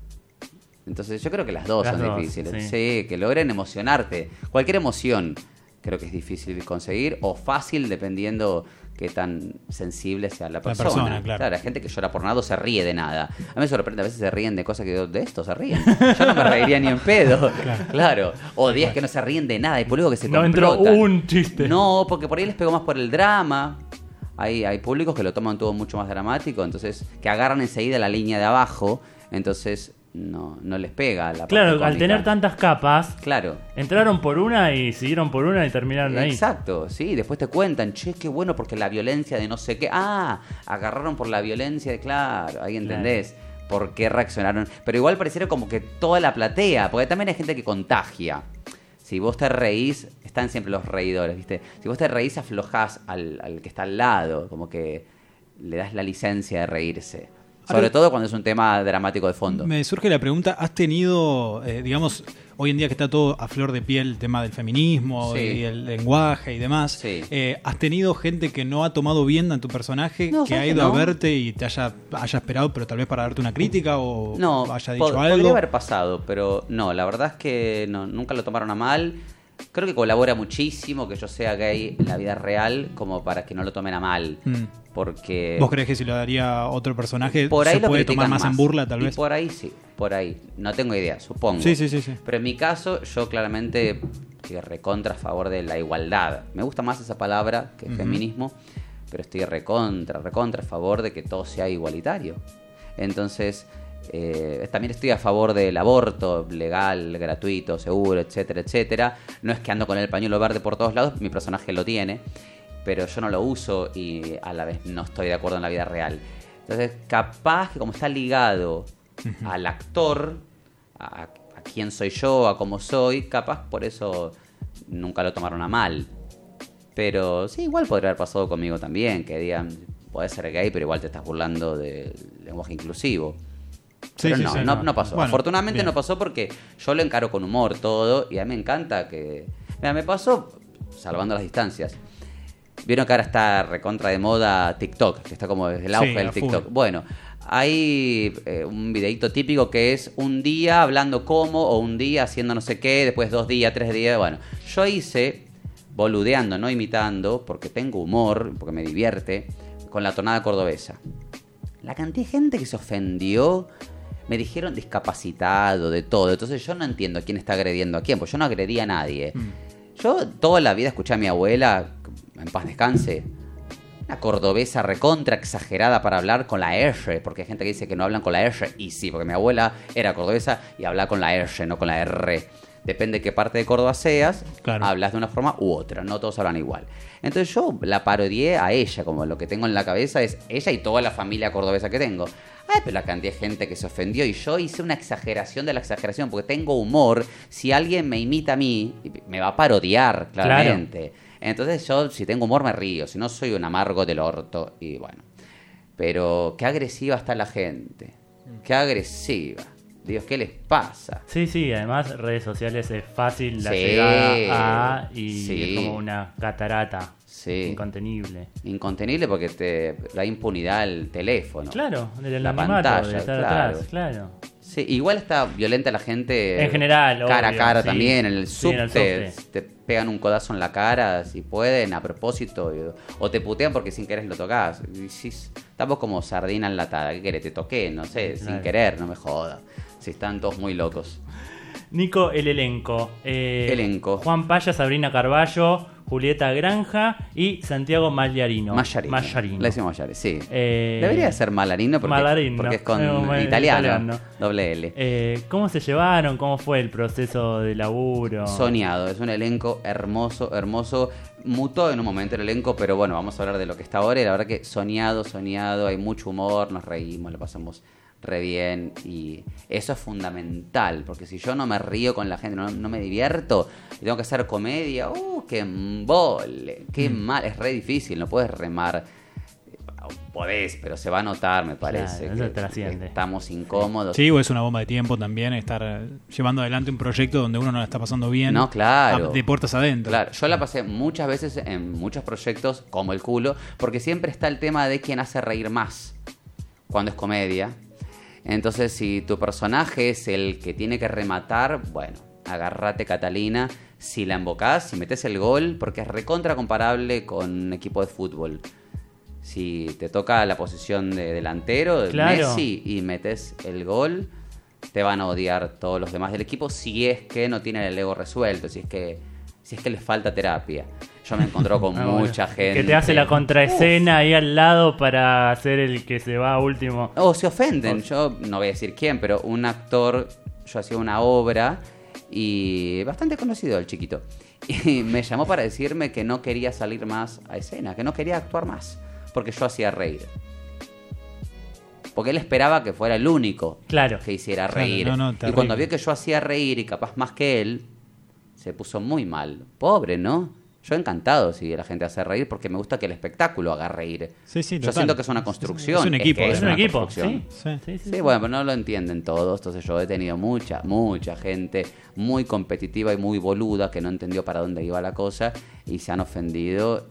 Entonces yo creo que las dos son difíciles. Sí, que logren emocionarte. Cualquier emoción creo que es difícil de conseguir o fácil dependiendo qué tan sensible sea la persona. Claro, hay gente que llora por nada o se ríe de nada. A mí me sorprende, a veces se ríen de cosas que de esto se ríen. Yo no me reiría ni en pedo. Claro. O días que no se ríen de nada. Hay públicos que se complotan. No entró un chiste. No, porque por ahí les pegó más por el drama. Hay públicos que lo toman todo mucho más dramático, entonces que agarran enseguida la línea de abajo, entonces no les pega la parte cómica. Al tener tantas capas, claro, entraron por una y siguieron por una y terminaron ahí. Exacto, sí, después te cuentan, che, qué bueno porque la violencia de no sé qué, agarraron por la violencia de, claro, ahí entendés por qué reaccionaron, pero igual pareciera como que toda la platea, porque también hay gente que contagia. Si vos te reís, están siempre los reidores, ¿viste? Si vos te reís, aflojás al que está al lado, como que le das la licencia de reírse. Sobre todo cuando es un tema dramático de fondo. Me surge la pregunta, ¿has tenido, digamos, hoy en día que está todo a flor de piel, el tema del feminismo y el lenguaje y demás, ¿has tenido gente que no ha tomado bien a tu personaje, que ha ido a verte y te haya esperado, pero tal vez para darte una crítica o haya dicho algo? Podría haber pasado, pero no, la verdad es que nunca lo tomaron a mal. Creo que colabora muchísimo que yo sea gay en la vida real como para que no lo tomen a mal. Porque ¿vos crees que si lo daría otro personaje por ahí se puede tomar más en burla tal vez? Y por ahí sí, por ahí. No tengo idea, supongo. Sí. Pero en mi caso, yo claramente estoy recontra a favor de la igualdad. Me gusta más esa palabra que feminismo, pero estoy recontra a favor de que todo sea igualitario. Entonces... también estoy a favor del aborto legal, gratuito, seguro, etcétera, etcétera. No es que ando con el pañuelo verde por todos lados, mi personaje lo tiene, pero yo no lo uso y a la vez no estoy de acuerdo en la vida real. Entonces, capaz que como está ligado al actor, a quién soy yo, a cómo soy, capaz por eso nunca lo tomaron a mal. Pero sí, igual podría haber pasado conmigo también, que digan, podés ser gay, pero igual te estás burlando del lenguaje inclusivo. Pero no pasó. Bueno, afortunadamente no pasó porque yo lo encaro con humor todo y a mí me encanta que... Mira, me pasó, salvando las distancias. Vieron que ahora está recontra de moda TikTok, que está como desde el auge del TikTok. Bueno, hay un videíto típico que es un día hablando como, o un día haciendo no sé qué, después 2 días, 3 días. Bueno, yo hice, boludeando, no imitando, porque tengo humor, porque me divierte, con la tonada cordobesa. La cantidad de gente que se ofendió, me dijeron discapacitado, de todo. Entonces yo no entiendo quién está agrediendo a quién, porque yo no agredí a nadie. Yo toda la vida escuché a mi abuela, en paz descanse, una cordobesa recontra exagerada para hablar con la R, porque hay gente que dice que no hablan con la R, y sí, porque mi abuela era cordobesa y hablaba con la R, no con la R. Depende de qué parte de Córdoba seas, claro, hablas de una forma u otra, no todos hablan igual. Entonces yo la parodié a ella, como lo que tengo en la cabeza es ella y toda la familia cordobesa que tengo. Ay, pero la cantidad de gente que se ofendió, y yo hice una exageración de la exageración, porque tengo humor. Si alguien me imita a mí, me va a parodiar, claramente. Claro. Entonces yo, si tengo humor, me río, si no soy un amargo del orto, y bueno. Pero qué agresiva está la gente, qué agresiva. Dios, ¿qué les pasa? Sí, además redes sociales es fácil la llegada a, y es como una catarata. Incontenible. Incontenible porque la impunidad del teléfono. Claro, de la pantalla, de estar atrás, claro. Sí, igual está violenta la gente. En general, cara obvio, a cara sí. también. En el Sí, subte te pegan un codazo en la cara si pueden, a propósito. O te putean porque sin querer lo tocas. Estamos como sardina enlatada. ¿Qué querés? Te toqué, no sé, Claro. sin querer, no me jodas. Si están todos muy locos. Nico, el elenco. Elenco. Juan Paya, Sabrina Carballo, Julieta Granja y Santiago Mallarino. Mallarino. Le decimos Mallarino, sí. Debería ser Malarino porque es con italiano. Doble L. ¿Cómo se llevaron? ¿Cómo fue el proceso de laburo? Soñado. Es un elenco hermoso, hermoso. Mutó en un momento el elenco, pero bueno, vamos a hablar de lo que está ahora. Y la verdad que soñado. Hay mucho humor, nos reímos, lo pasamos re bien, y eso es fundamental, porque si yo no me río con la gente, no me divierto, y tengo que hacer comedia, qué embole, qué mal, es re difícil, no puedes remar, podés, pero se va a notar, me parece, claro, que estamos incómodos. Sí, o es una bomba de tiempo también estar llevando adelante un proyecto donde uno no la está pasando bien. No, claro. De puertas adentro. Claro, yo la pasé muchas veces en muchos proyectos como el culo, porque siempre está el tema de quién hace reír más cuando es comedia. Entonces, si tu personaje es el que tiene que rematar, bueno, agárrate, Catalina. Si la embocás, si metes el gol, porque es recontra comparable con un equipo de fútbol. Si te toca la posición de delantero, claro, Messi, y metes el gol, te van a odiar todos los demás del equipo, si es que no tienen el ego resuelto, si es que les falta terapia. Yo me encontré con mucha gente. Que te hace la contraescena ahí al lado para ser el que se va último. O se ofenden. Yo no voy a decir quién, pero un actor, yo hacía una obra y bastante conocido el chiquito. Y me llamó para decirme que no quería salir más a escena, que no quería actuar más, porque yo hacía reír. Porque él esperaba que fuera el único que hiciera reír. Y cuando vio que yo hacía reír y capaz más que él, se puso muy mal. Pobre, ¿no? Yo encantado si la gente hace reír, porque me gusta que el espectáculo haga reír. Sí, yo siento que es una construcción. Es un equipo. Es un una equipo. construcción. Sí, Bueno, pero no lo entienden todos. Entonces yo he tenido mucha gente muy competitiva y muy boluda que no entendió para dónde iba la cosa y se han ofendido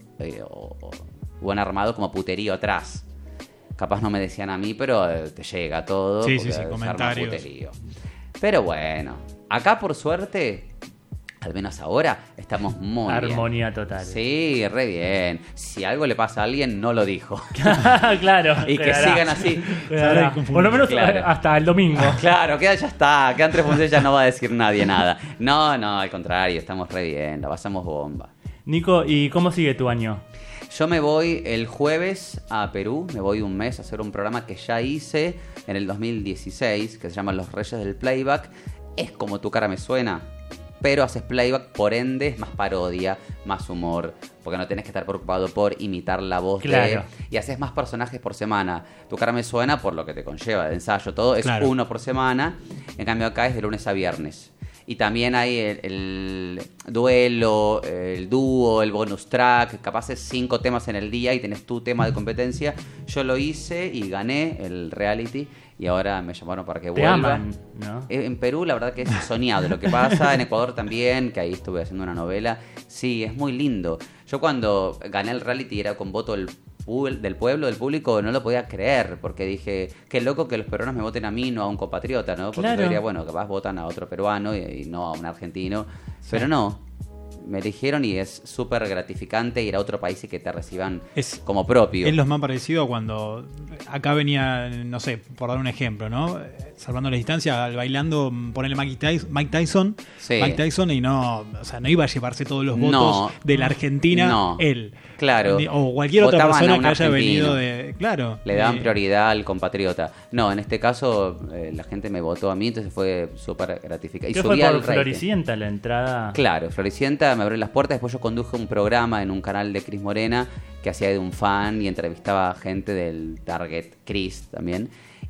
o han armado como puterío atrás. Capaz no me decían a mí, pero te llega todo. Sí, comentarios. Puterío. Pero bueno, acá por suerte, al menos ahora, estamos muy armonía bien. Total. Sí, re bien. Si algo le pasa a alguien, no lo dijo. Claro. Y que sigan así. Por lo menos hasta el domingo. Claro, ya está. Quedan 3 funciones, ya no va a decir nadie nada. No, al contrario, estamos re bien. La pasamos bomba. Nico, ¿y cómo sigue tu año? Yo me voy el jueves a Perú, me voy un mes a hacer un programa que ya hice en el 2016, que se llama Los Reyes del Playback. Es como Tu Cara Me Suena, pero haces playback, por ende es más parodia, más humor, porque no tenés que estar preocupado por imitar la voz y haces más personajes por semana. Tu Cara Me Suena, por lo que te conlleva de ensayo, todo, es uno por semana. En cambio acá es de lunes a viernes. Y también hay el duelo, el dúo, el bonus track. Capaz es 5 temas en el día y tenés tu tema de competencia. Yo lo hice y gané el reality. Y ahora me llamaron para que vuelva. Aman, ¿no? En Perú la verdad que es soñado lo que pasa. En Ecuador también, que ahí estuve haciendo una novela. Sí, es muy lindo. Yo cuando gané el reality era con voto del del pueblo, del público, no lo podía creer, porque dije, qué loco que los peruanos me voten a mí, no a un compatriota, ¿no? Porque Claro. yo diría, bueno, capaz votan a otro peruano y no a un argentino, pero no. Me eligieron y es súper gratificante ir a otro país y que te reciban como propio. Es lo más parecido a cuando acá venía, no sé, por dar un ejemplo, ¿no? Salvando la distancia, al bailando, ponerle Mike Tyson, Sí. Mike Tyson y no, o sea, no iba a llevarse todos los votos No. de la Argentina, No. él. Claro. O cualquier otra Votaban a persona un que haya argentino. venido de... Claro. Le daban prioridad al compatriota. No, en este caso la gente me votó a mí, entonces fue súper gratificante. Y ¿Qué fue subí al por rating. Floricienta la entrada? Claro, Floricienta me abrió las puertas. Después yo conduje un programa en un canal de Cris Morena que hacía de un fan y entrevistaba gente del Target Cris también.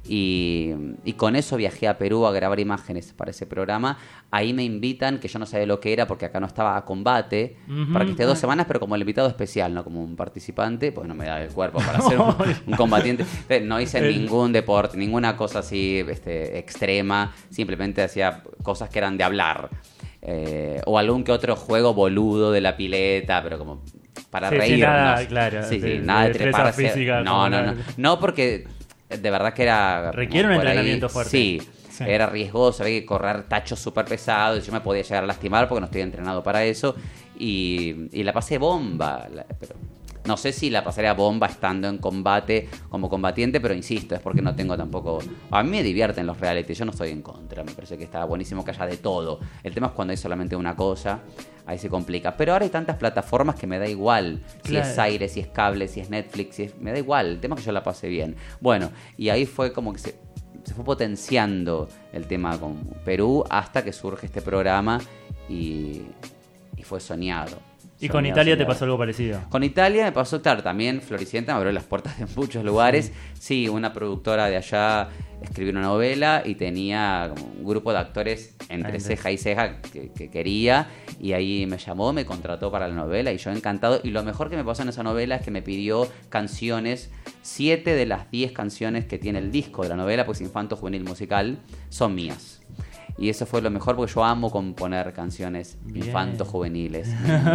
Y con eso viajé a Perú a grabar imágenes para ese programa. Ahí me invitan, que yo no sabía lo que era porque acá no estaba, a Combate, Ujú. para que esté 2 semanas, pero como el invitado especial, no como un participante, pues no me da el cuerpo para ser un combatiente. No hice ningún deporte, ninguna cosa así extrema, simplemente hacía cosas que eran de hablar. O algún que otro juego boludo de la pileta, pero como para Sí, sí, reírnos. nada, claro, Sí, de nada de destreza treparse. física, No, como no, la- no. No, porque de verdad que era... Requiere un como por ahí, entrenamiento fuerte. Sí, Sí. era riesgoso, había que correr tachos súper pesados, yo me podía llegar a lastimar porque no estoy entrenado para eso, y la pasé bomba, pero no sé si la pasaría bomba estando en combate como combatiente, pero insisto, es porque no tengo tampoco... A mí me divierten los reality, yo no estoy en contra, me parece que está buenísimo que haya de todo. El tema es cuando hay solamente una cosa, ahí se complica. Pero ahora hay tantas plataformas que me da igual si Claro. es aire, si es cable, si es Netflix, me da igual, el tema es que yo la pasé bien. Bueno, y ahí fue como que se fue potenciando el tema con Perú hasta que surge este programa y fue soñado. ¿Y con Italia te pasó algo parecido? Con Italia me pasó, claro, también Floricienta me abrió las puertas de muchos lugares. Sí, una productora de allá escribió una novela y tenía como un grupo de actores entre ceja y ceja que quería, y ahí me llamó, me contrató para la novela y yo encantado. Y lo mejor que me pasó en esa novela es que me pidió canciones, 7 de las 10 canciones que tiene el disco de la novela, pues Infanto Juvenil Musical, son mías. Y eso fue lo mejor porque yo amo componer canciones infanto-juveniles.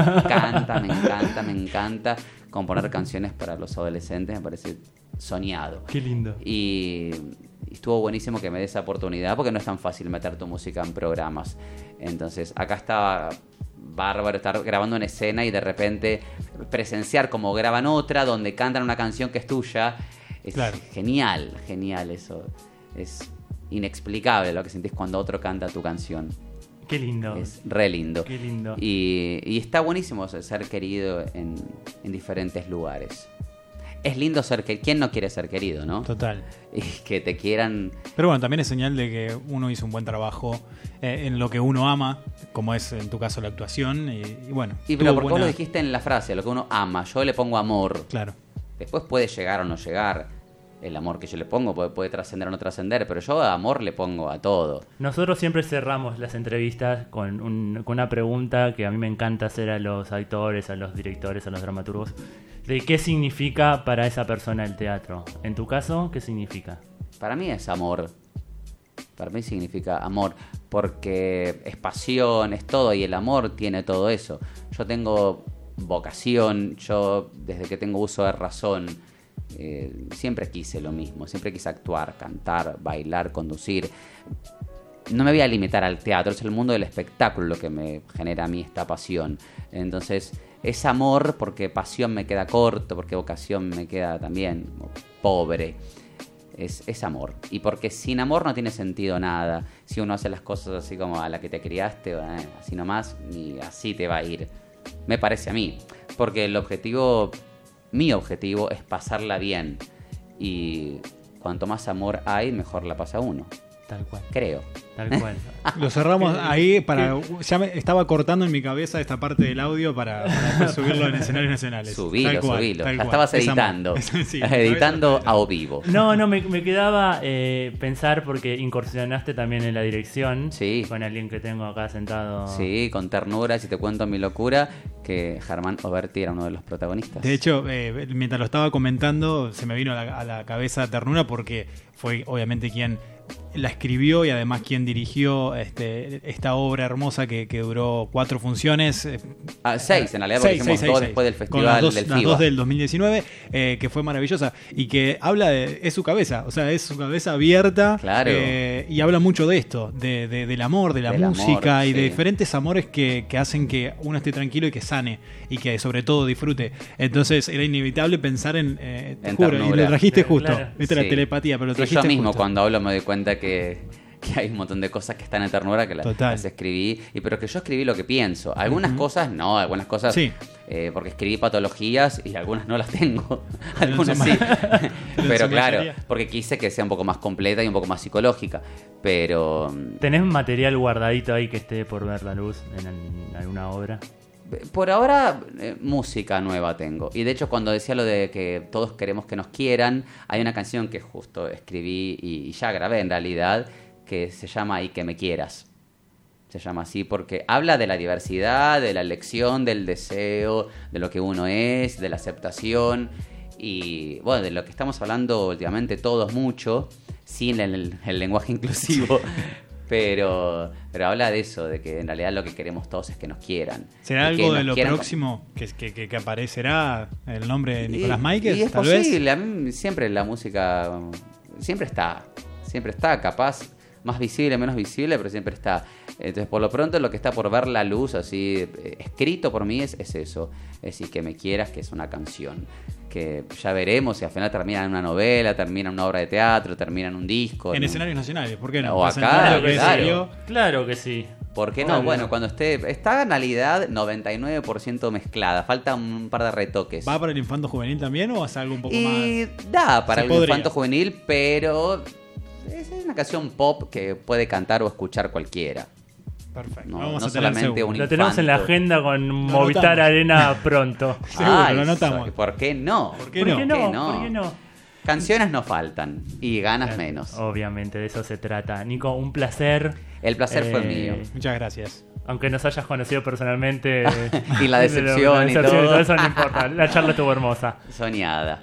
Me encanta componer canciones para los adolescentes, me parece soñado. Qué lindo. Y estuvo buenísimo que me dé esa oportunidad porque no es tan fácil meter tu música en programas. Entonces, acá estaba bárbaro estar grabando una escena y de repente presenciar como graban otra donde cantan una canción que es tuya. Es genial eso. Es inexplicable lo que sentís cuando otro canta tu canción. Qué lindo. Es re lindo. Qué lindo. Y está buenísimo ser querido en diferentes lugares. Es lindo ser querido. ¿Quién no quiere ser querido, no? Total. Y que te quieran... Pero bueno, también es señal de que uno hizo un buen trabajo en lo que uno ama, como es en tu caso la actuación. Y bueno. Y pero tuvo porque vos lo dijiste en la frase, lo que uno ama. Yo le pongo amor. Claro. Después puede llegar o no llegar. El amor que yo le pongo puede trascender o no trascender, pero yo amor le pongo a todo. Nosotros siempre cerramos las entrevistas con una pregunta que a mí me encanta hacer a los actores, a los directores, a los dramaturgos, de qué significa para esa persona el teatro. En tu caso, ¿qué significa? Para mí es amor. Para mí significa amor, porque es pasión, es todo, y el amor tiene todo eso. Yo tengo vocación, yo desde que tengo uso de razón, siempre quise lo mismo, siempre quise actuar, cantar, bailar, conducir. No me voy a limitar al teatro, es el mundo del espectáculo lo que me genera a mí esta pasión. Entonces, es amor porque pasión me queda corto, porque vocación me queda también pobre. Es amor. Y porque sin amor no tiene sentido nada. Si uno hace las cosas así como a la que te criaste, así nomás, ni así te va a ir. Me parece a mí. Porque mi objetivo es pasarla bien. Y cuanto más amor hay, mejor la pasa uno. Tal cual. Creo. Tal cual. Lo cerramos ahí para... Ya me estaba cortando en mi cabeza esta parte del audio para después subirlo en escenarios nacionales. Subilo. Tal La cual. estabas Es amor. editando. Sí, editando a vivo. No, me quedaba pensar porque incursionaste también en la dirección. Sí. Con alguien que tengo acá sentado. Sí, con ternura, si te cuento mi locura, que Germán Oberti era uno de los protagonistas. De hecho, mientras lo estaba comentando, se me vino a la cabeza ternura porque fue obviamente quien la escribió y además quien dirigió esta obra hermosa que duró 4 funciones. 6 en realidad, porque hicimos 2 después del festival del FIBA. Las 2 del 2019, que fue maravillosa y que habla es su cabeza, o sea, es su cabeza abierta. Claro. Y habla mucho de esto, del amor, de la música y de diferentes amores que hacen que uno esté tranquilo y que sane y que sobre todo disfrute. Entonces era inevitable pensar en juro, y lo trajiste justo. Claro. Viste la telepatía, pero lo trajiste yo mismo justo. Cuando hablo me doy cuenta que hay un montón de cosas que están en ternura que las escribí, pero que yo escribí lo que pienso. Algunas cosas no, algunas cosas porque escribí patologías y algunas no las tengo. Algunas sí. Pero claro, porque quise que sea un poco más completa y un poco más psicológica. Pero ¿tenés material guardadito ahí que esté por ver la luz en alguna obra? Por ahora, música nueva tengo. Y de hecho, cuando decía lo de que todos queremos que nos quieran, hay una canción que justo escribí y ya grabé en realidad, que se llama Y que me quieras. Se llama así porque habla de la diversidad, de la elección, del deseo, de lo que uno es, de la aceptación. Y bueno, de lo que estamos hablando últimamente todos mucho, sin el lenguaje inclusivo. Pero habla de eso, de que en realidad lo que queremos todos es que nos quieran. ¿Será algo de lo próximo que aparecerá el nombre de Nicolás Máiquez? Y es posible. A mí siempre la música siempre está, capaz más visible, menos visible, pero siempre está. Entonces, por lo pronto, lo que está por ver la luz, así escrito por mí, es eso. Es Y que me quieras, que es una canción. Que ya veremos si al final termina en una novela, termina en una obra de teatro, termina en un disco. En escenarios nacionales, ¿por qué no? O acá, claro que sí. ¿Por qué no? Bueno, cuando está en realidad 99% mezclada, falta un par de retoques. ¿Va para el infanto juvenil también o hace algo un poco más? Da para el infanto juvenil, pero es una canción pop que puede cantar o escuchar cualquiera. Perfecto. No solamente un Lo tenemos en la agenda con Movistar Arena pronto. Seguro, lo anotamos. ¿Por qué no? ¿Por qué no? Canciones no faltan y ganas menos. Obviamente, de eso se trata. Nico, un placer. El placer fue mío. Muchas gracias. Aunque nos hayas conocido personalmente. Y la decepción y todo. Eso no importa. La charla estuvo hermosa. Soñada.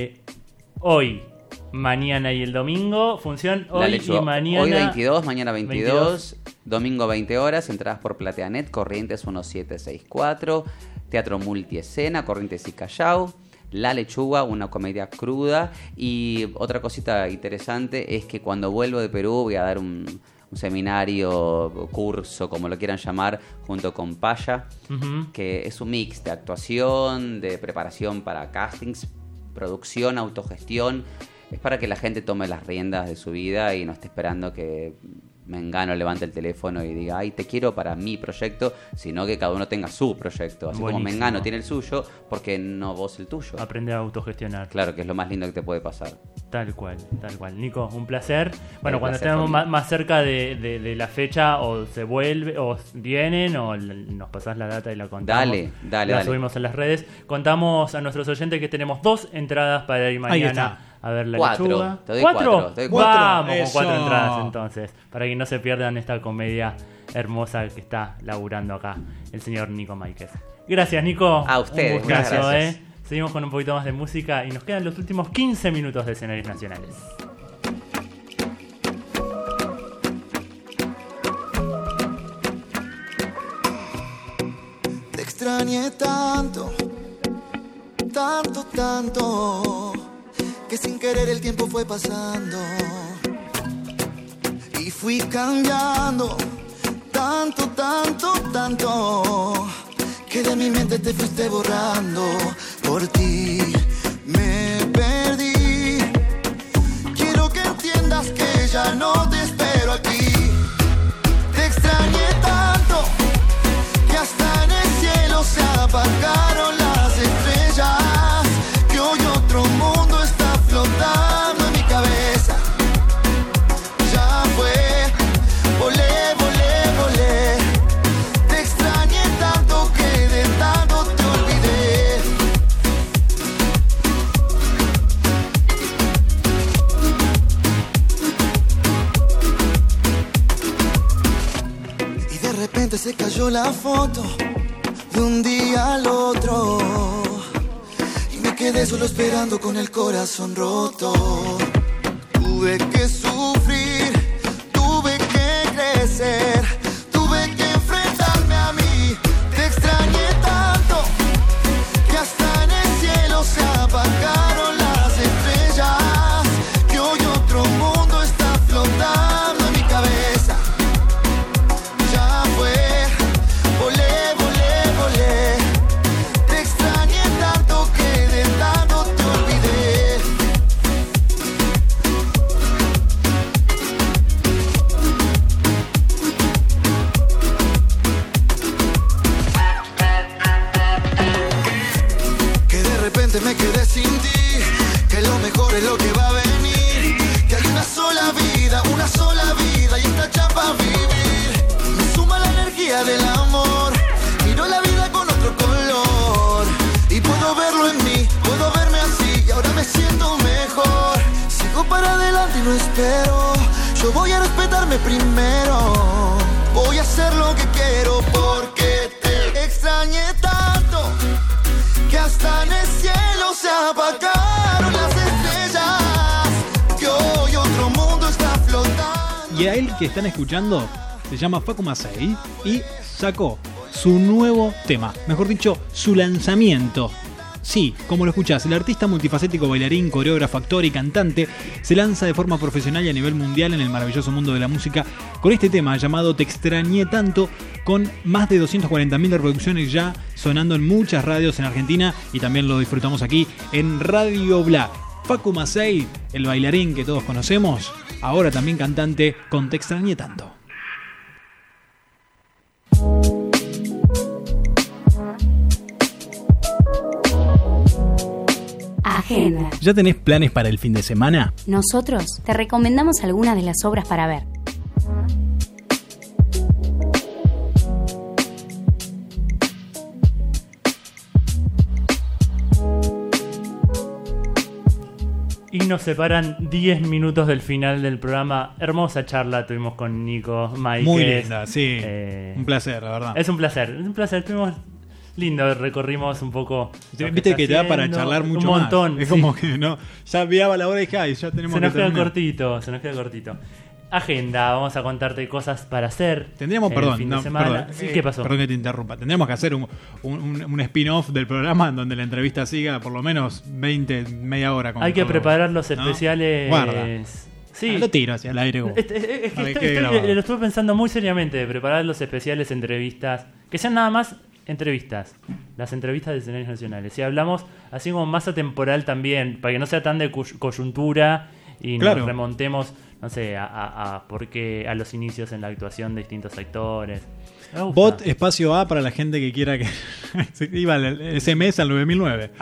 Hoy, mañana y el domingo, función hoy y mañana. Hoy 22, mañana 22. Domingo 20 horas, entradas por Plateanet, Corrientes 1764, Teatro Multiescena, Corrientes y Callao, La Lechuga, una comedia cruda. Y otra cosita interesante es que cuando vuelvo de Perú voy a dar un seminario, curso, como lo quieran llamar, junto con Paya, que es un mix de actuación, de preparación para castings, producción, autogestión. Es para que la gente tome las riendas de su vida y no esté esperando que Mengano levante el teléfono y diga, ay, te quiero para mi proyecto, sino que cada uno tenga su proyecto. Así como Mengano tiene el suyo, ¿por qué no vos el tuyo? Aprende a autogestionar. Claro, que es lo más lindo que te puede pasar. Tal cual. Nico, un placer. Bueno, cuando estemos más cerca de la fecha, o se vuelve, o vienen, o nos pasás la data y la contamos. Dale. Subimos en las redes. Contamos a nuestros oyentes que tenemos 2 entradas para ir mañana a ver La Lechuga. Te doy 4. Vamos con 4 entradas entonces, para que no se pierdan esta comedia hermosa que está laburando acá el señor Nico Máiquez. Gracias, Nico. A ustedes. Gracias. Seguimos con un poquito más de música y nos quedan los últimos 15 minutos de escenarios nacionales. Te extrañé tanto, que sin querer el tiempo fue pasando y fui cambiando tanto, que de mi mente te fuiste borrando. Por ti me perdí. Quiero que entiendas que ya no te espero aquí. Te extrañé tanto que hasta en el cielo se apagaron las estrellas, que hoy otro mundo está flotando en mi cabeza. Ya fue, volé. Te extrañé tanto que de tanto te olvidé. Y de repente se cayó la foto de un día al otro, y me quedé solo esperando con el corazón roto. Tuve que sufrir, tuve que ser. Tuve que enfrentarme a mí. Te extrañé tanto que hasta en el cielo se apagaron las estrellas. Que hoy otro mundo está flotando en mi cabeza. Ya fue, volé, volé, volé. Te extrañé tanto que de tanto te olvidé. Que de repente me quedé sin ti, que lo mejor es lo que va a venir, que hay una sola vida y está hecha para vivir. Me suma la energía del amor, miro la vida con otro color y puedo verlo en mí, puedo verme así y ahora me siento mejor. Sigo para adelante y no espero, yo voy a respetarme primero, voy a hacer lo que quiero porque te extrañé tanto que hasta en el cielo se apagaron las estrellas, que hoy otro mundo está flotando. Y a él que están escuchando se llama Facu Macei y sacó su nuevo tema, mejor dicho, su lanzamiento. Sí, como lo escuchás, el artista multifacético, bailarín, coreógrafo, actor y cantante se lanza de forma profesional y a nivel mundial en el maravilloso mundo de la música con este tema llamado Te extrañé tanto, con más de 240.000 reproducciones ya sonando en muchas radios en Argentina y también lo disfrutamos aquí en Radio Bla. Facu Macei, el bailarín que todos conocemos, ahora también cantante con Te extrañé tanto. Agenda. ¿Ya tenés planes para el fin de semana? Nosotros te recomendamos algunas de las obras para ver. Y nos separan 10 minutos del final del programa. Hermosa charla tuvimos con Nico Maíquez. Muy linda, sí. Un placer, la verdad. Es un placer. Tuvimos lindo, recorrimos un poco. Viste que te da para charlar mucho un montón, más. Es sí. como que no, ya viaba la hora y dije, ay, ya tenemos se nos que queda terminar. se nos queda cortito. Agenda, vamos a contarte cosas para hacer. Tendríamos, el fin de semana. perdón. Sí, ¿qué pasó? Perdón que te interrumpa. Tendríamos que hacer un spin-off del programa en donde la entrevista siga por lo menos media hora. Hay que preparar los ¿no? especiales. Guarda. Sí. Lo tiro hacia el aire. Lo estuve pensando muy seriamente, de preparar los especiales, entrevistas, que sean nada más entrevistas, las entrevistas de escenarios nacionales. Si hablamos así como más atemporal también, para que no sea tan de coyuntura y nos remontemos, no sé, a los inicios en la actuación de distintos actores. Bot espacio A para la gente que quiera que iba ese mes al 9009.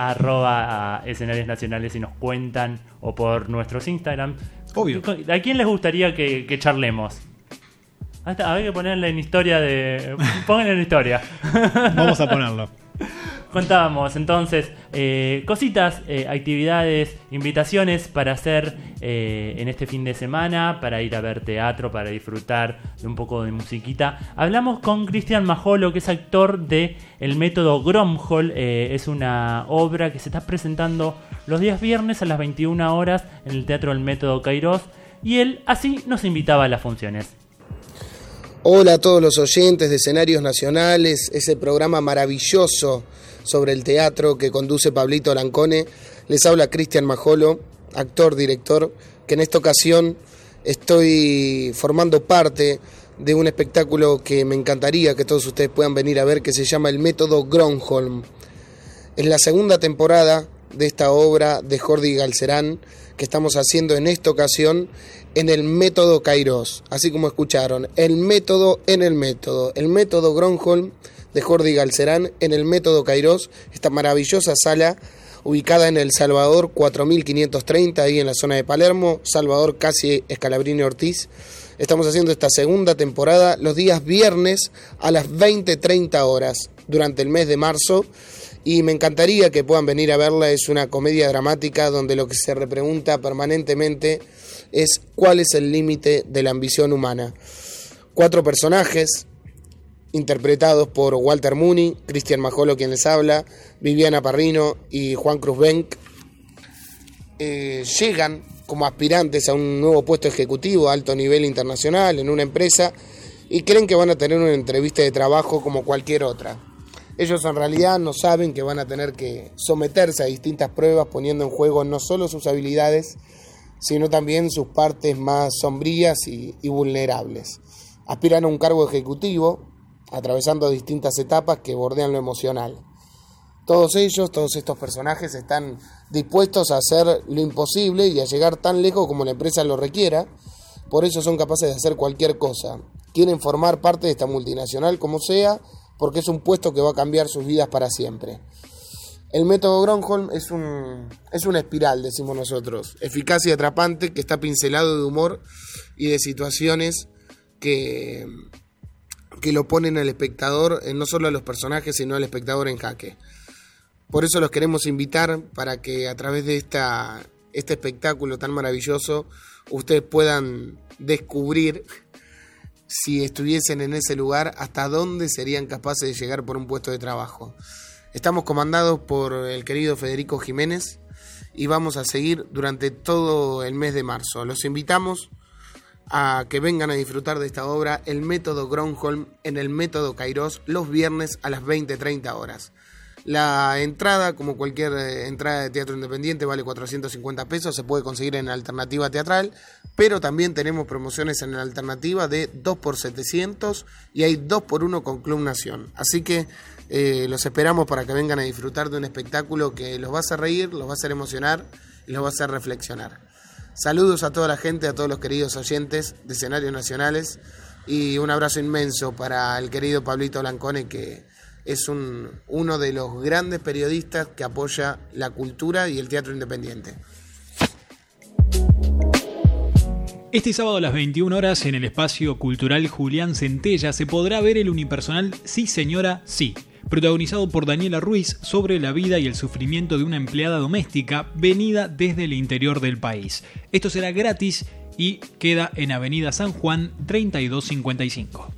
@ escenarios nacionales y nos cuentan, o por nuestros Instagram. Obvio. ¿A quién les gustaría que charlemos? Hay que ponerle en historia de... Pónganle en historia. Vamos a ponerlo. Contábamos entonces cositas, actividades, invitaciones para hacer en este fin de semana, para ir a ver teatro, para disfrutar de un poco de musiquita. Hablamos con Cristian Majolo, que es actor de El Método Gromhol. Es una obra que se está presentando los días viernes a las 21 horas en el Teatro El Método Kairos, y él así nos invitaba a las funciones. Hola a todos los oyentes de Escenarios Nacionales, ese programa maravilloso sobre el teatro que conduce Pablito Lancone. Les habla Cristian Majolo, actor, director, que en esta ocasión estoy formando parte de un espectáculo que me encantaría que todos ustedes puedan venir a ver, que se llama El Método Gromhol. Es la segunda temporada de esta obra de Jordi Galcerán que estamos haciendo en esta ocasión en el Método Kairos, así como escucharon, el método en el método, el Método Gromhol de Jordi Galcerán en el Método Kairos, esta maravillosa sala ubicada en El Salvador 4530, ahí en la zona de Palermo, Salvador casi Scalabrini Ortiz. Estamos haciendo esta segunda temporada los días viernes a las 20:30 horas durante el mes de marzo, y me encantaría que puedan venir a verla. Es una comedia dramática donde lo que se repregunta permanentemente es cuál es el límite de la ambición humana. 4 personajes interpretados por Walter Muni, Cristian Majolo quien les habla, Viviana Parrino y Juan Cruz Benck, llegan como aspirantes a un nuevo puesto ejecutivo a alto nivel internacional en una empresa y creen que van a tener una entrevista de trabajo como cualquier otra. Ellos en realidad no saben que van a tener que someterse a distintas pruebas, poniendo en juego no solo sus habilidades, sino también sus partes más sombrías y vulnerables. Aspiran a un cargo ejecutivo, atravesando distintas etapas que bordean lo emocional. Todos estos personajes están dispuestos a hacer lo imposible y a llegar tan lejos como la empresa lo requiera. Por eso son capaces de hacer cualquier cosa. Quieren formar parte de esta multinacional como sea, porque es un puesto que va a cambiar sus vidas para siempre. El método Gronholm es una espiral, decimos nosotros, eficaz y atrapante, que está pincelado de humor y de situaciones que lo ponen al espectador, no solo a los personajes, sino al espectador en jaque. Por eso los queremos invitar para que a través de este espectáculo tan maravilloso ustedes puedan descubrir, si estuviesen en ese lugar, hasta dónde serían capaces de llegar por un puesto de trabajo. Estamos comandados por el querido Federico Jiménez y vamos a seguir durante todo el mes de marzo. Los invitamos a que vengan a disfrutar de esta obra, El Método Gronholm, en el Método Kairos, los viernes a las 20:30 horas. La entrada, como cualquier entrada de teatro independiente, vale 450 pesos, se puede conseguir en Alternativa Teatral, pero también tenemos promociones en la Alternativa de 2 por 700 y hay 2 por 1 con Club Nación. Así que los esperamos para que vengan a disfrutar de un espectáculo que los va a hacer reír, los va a hacer emocionar y los va a hacer reflexionar. Saludos a toda la gente, a todos los queridos oyentes de Escenarios Nacionales y un abrazo inmenso para el querido Pablito Lancone, que es uno de los grandes periodistas que apoya la cultura y el teatro independiente. Este sábado a las 21 horas en el espacio cultural Julián Centella se podrá ver el unipersonal Sí Señora Sí, protagonizado por Daniela Ruiz, sobre la vida y el sufrimiento de una empleada doméstica venida desde el interior del país. Esto será gratis y queda en Avenida San Juan 3255.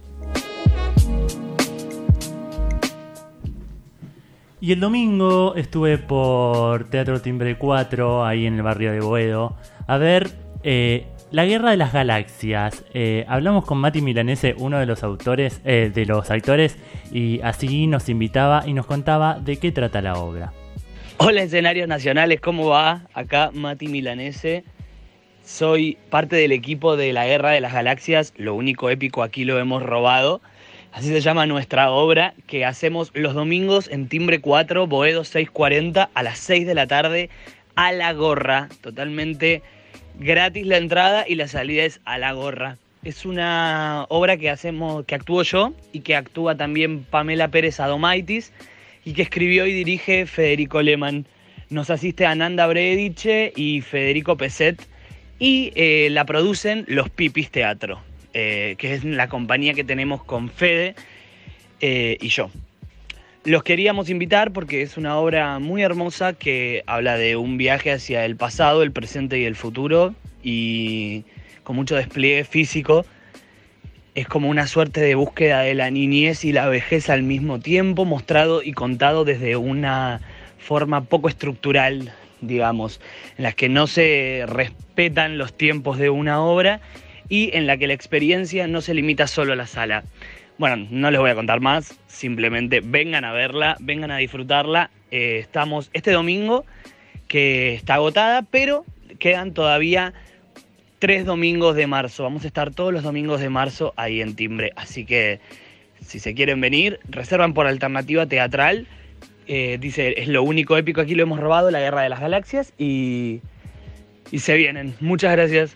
Y el domingo estuve por Teatro Timbre 4, ahí en el barrio de Boedo, a ver La Guerra de las Galaxias. Hablamos con Mati Milanese, uno de los autores, de los actores, y así nos invitaba y nos contaba de qué trata la obra. Hola Escenarios Nacionales, ¿cómo va? Acá Mati Milanese. Soy parte del equipo de La Guerra de las Galaxias, lo único épico aquí lo hemos robado. Así se llama nuestra obra, que hacemos los domingos en Timbre 4, Boedo 640, a las 6 de la tarde, a la gorra. Totalmente gratis la entrada y la salida es a la gorra. Es una obra que actúo yo y que actúa también Pamela Pérez Adomaitis y que escribió y dirige Federico Lehmann. Nos asiste Ananda Brediche y Federico Peset y la producen Los Pipis Teatro. Que es la compañía que tenemos con Fede y yo. Los queríamos invitar porque es una obra muy hermosa que habla de un viaje hacia el pasado, el presente y el futuro, y con mucho despliegue físico. Es como una suerte de búsqueda de la niñez y la vejez al mismo tiempo, mostrado y contado desde una forma poco estructural, digamos, en las que no se respetan los tiempos de una obra y en la que la experiencia no se limita solo a la sala. Bueno, no les voy a contar más, simplemente vengan a verla, vengan a disfrutarla. Estamos este domingo, que está agotada, pero quedan todavía 3 domingos de marzo. Vamos a estar todos los domingos de marzo ahí en Timbre. Así que si se quieren venir, reservan por Alternativa Teatral. Dice, es lo único épico, aquí lo hemos robado, La Guerra de las Galaxias. Y se vienen. Muchas gracias.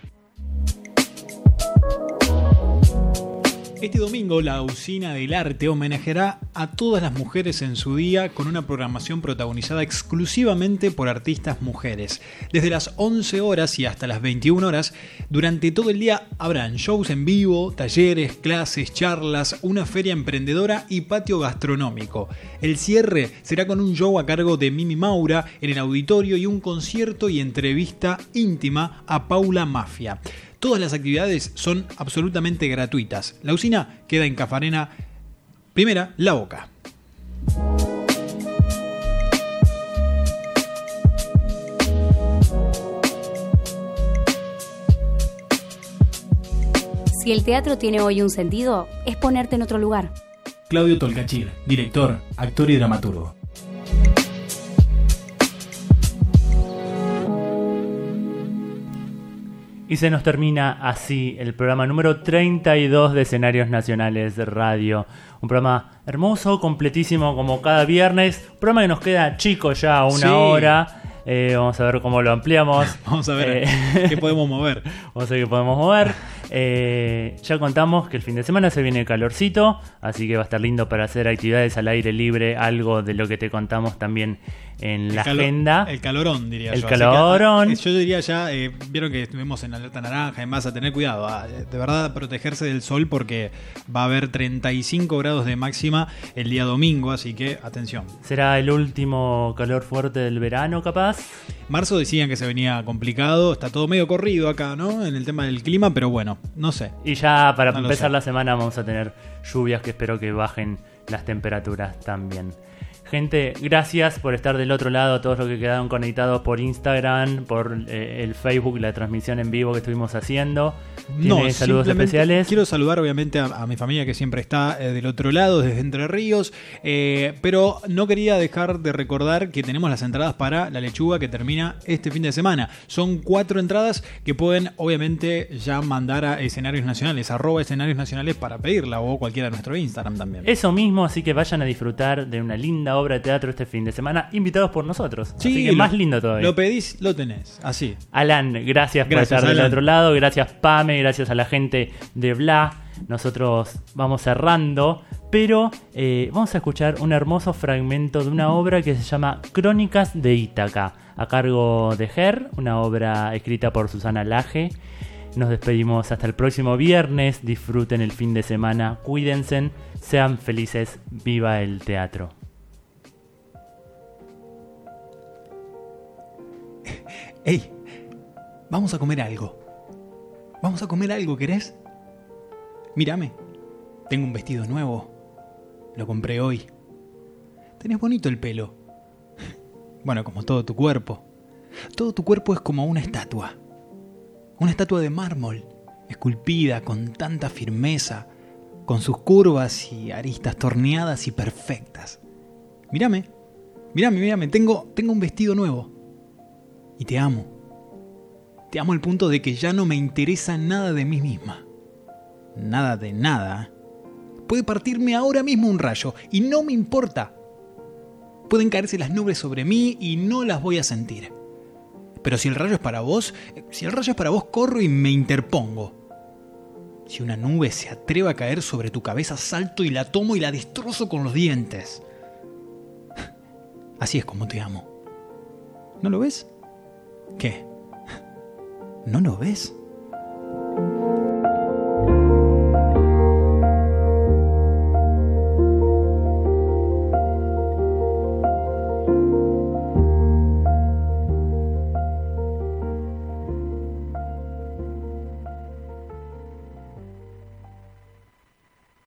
Este domingo la Usina del Arte homenajeará a todas las mujeres en su día con una programación protagonizada exclusivamente por artistas mujeres. Desde las 11 horas y hasta las 21 horas, durante todo el día habrán shows en vivo, talleres, clases, charlas, una feria emprendedora y patio gastronómico. El cierre será con un show a cargo de Mimi Maura en el auditorio y un concierto y entrevista íntima a Paula Mafia. Todas las actividades son absolutamente gratuitas. La usina queda en Cafarena, primera, La Boca. Si el teatro tiene hoy un sentido, es ponerte en otro lugar. Claudio Tolcachir, director, actor y dramaturgo. Y se nos termina así el programa número 32 de Escenarios Nacionales de Radio. Un programa hermoso, completísimo como cada viernes. Un programa que nos queda chico ya, una hora. Vamos a ver cómo lo ampliamos. Vamos a ver qué podemos mover. Vamos a ver qué podemos mover. Ya contamos que el fin de semana se viene el calorcito, así que va a estar lindo para hacer actividades al aire libre, algo de lo que te contamos también en la agenda. El calorón, diría yo. El calorón. Yo diría ya, vieron que estuvimos en alerta naranja, además a tener cuidado, de verdad a protegerse del sol porque va a haber 35 grados de máxima el día domingo, así que atención. ¿Será el último calor fuerte del verano capaz? Marzo decían que se venía complicado, está todo medio corrido acá, ¿no? En el tema del clima, pero bueno, no sé. Y ya para empezar la semana vamos a tener lluvias que espero que bajen las temperaturas también. Gente, gracias por estar del otro lado, a todos los que quedaron conectados por Instagram, por el Facebook, la transmisión en vivo que estuvimos haciendo. ¿Tiene saludos especiales? Quiero saludar obviamente a mi familia que siempre está del otro lado, desde Entre Ríos, pero no quería dejar de recordar que tenemos las entradas para La Lechuga que termina este fin de semana. Son 4 entradas que pueden obviamente ya mandar a Escenarios Nacionales, @Escenarios Nacionales para pedirla, o cualquiera de nuestro Instagram también. Eso mismo, así que vayan a disfrutar de una linda obra de teatro este fin de semana, invitados por nosotros. Sí, así que más lindo todavía. Lo pedís, lo tenés, así. Alan, gracias por estar del otro lado, gracias Pame, gracias a la gente de Bla. Nosotros vamos cerrando, pero vamos a escuchar un hermoso fragmento de una obra que se llama Crónicas de Ítaca, a cargo de Ger, una obra escrita por Susana Laje. Nos despedimos hasta el próximo viernes, disfruten el fin de semana, cuídense, sean felices, viva el teatro. Ey, vamos a comer algo. Vamos a comer algo, ¿querés? Mírame, tengo un vestido nuevo. Lo compré hoy. Tenés bonito el pelo. Bueno, como todo tu cuerpo. Todo tu cuerpo es como una estatua. Una estatua de mármol, esculpida con tanta firmeza, con sus curvas y aristas torneadas y perfectas. Mírame, tengo un vestido nuevo. Y te amo. Te amo al punto de que ya no me interesa nada de mí misma. Nada de nada. Puede partirme ahora mismo un rayo y no me importa. Pueden caerse las nubes sobre mí y no las voy a sentir. Pero si el rayo es para vos, corro y me interpongo. Si una nube se atreve a caer sobre tu cabeza, salto y la tomo y la destrozo con los dientes. Así es como te amo. ¿No lo ves? ¿Qué? ¿No lo ves?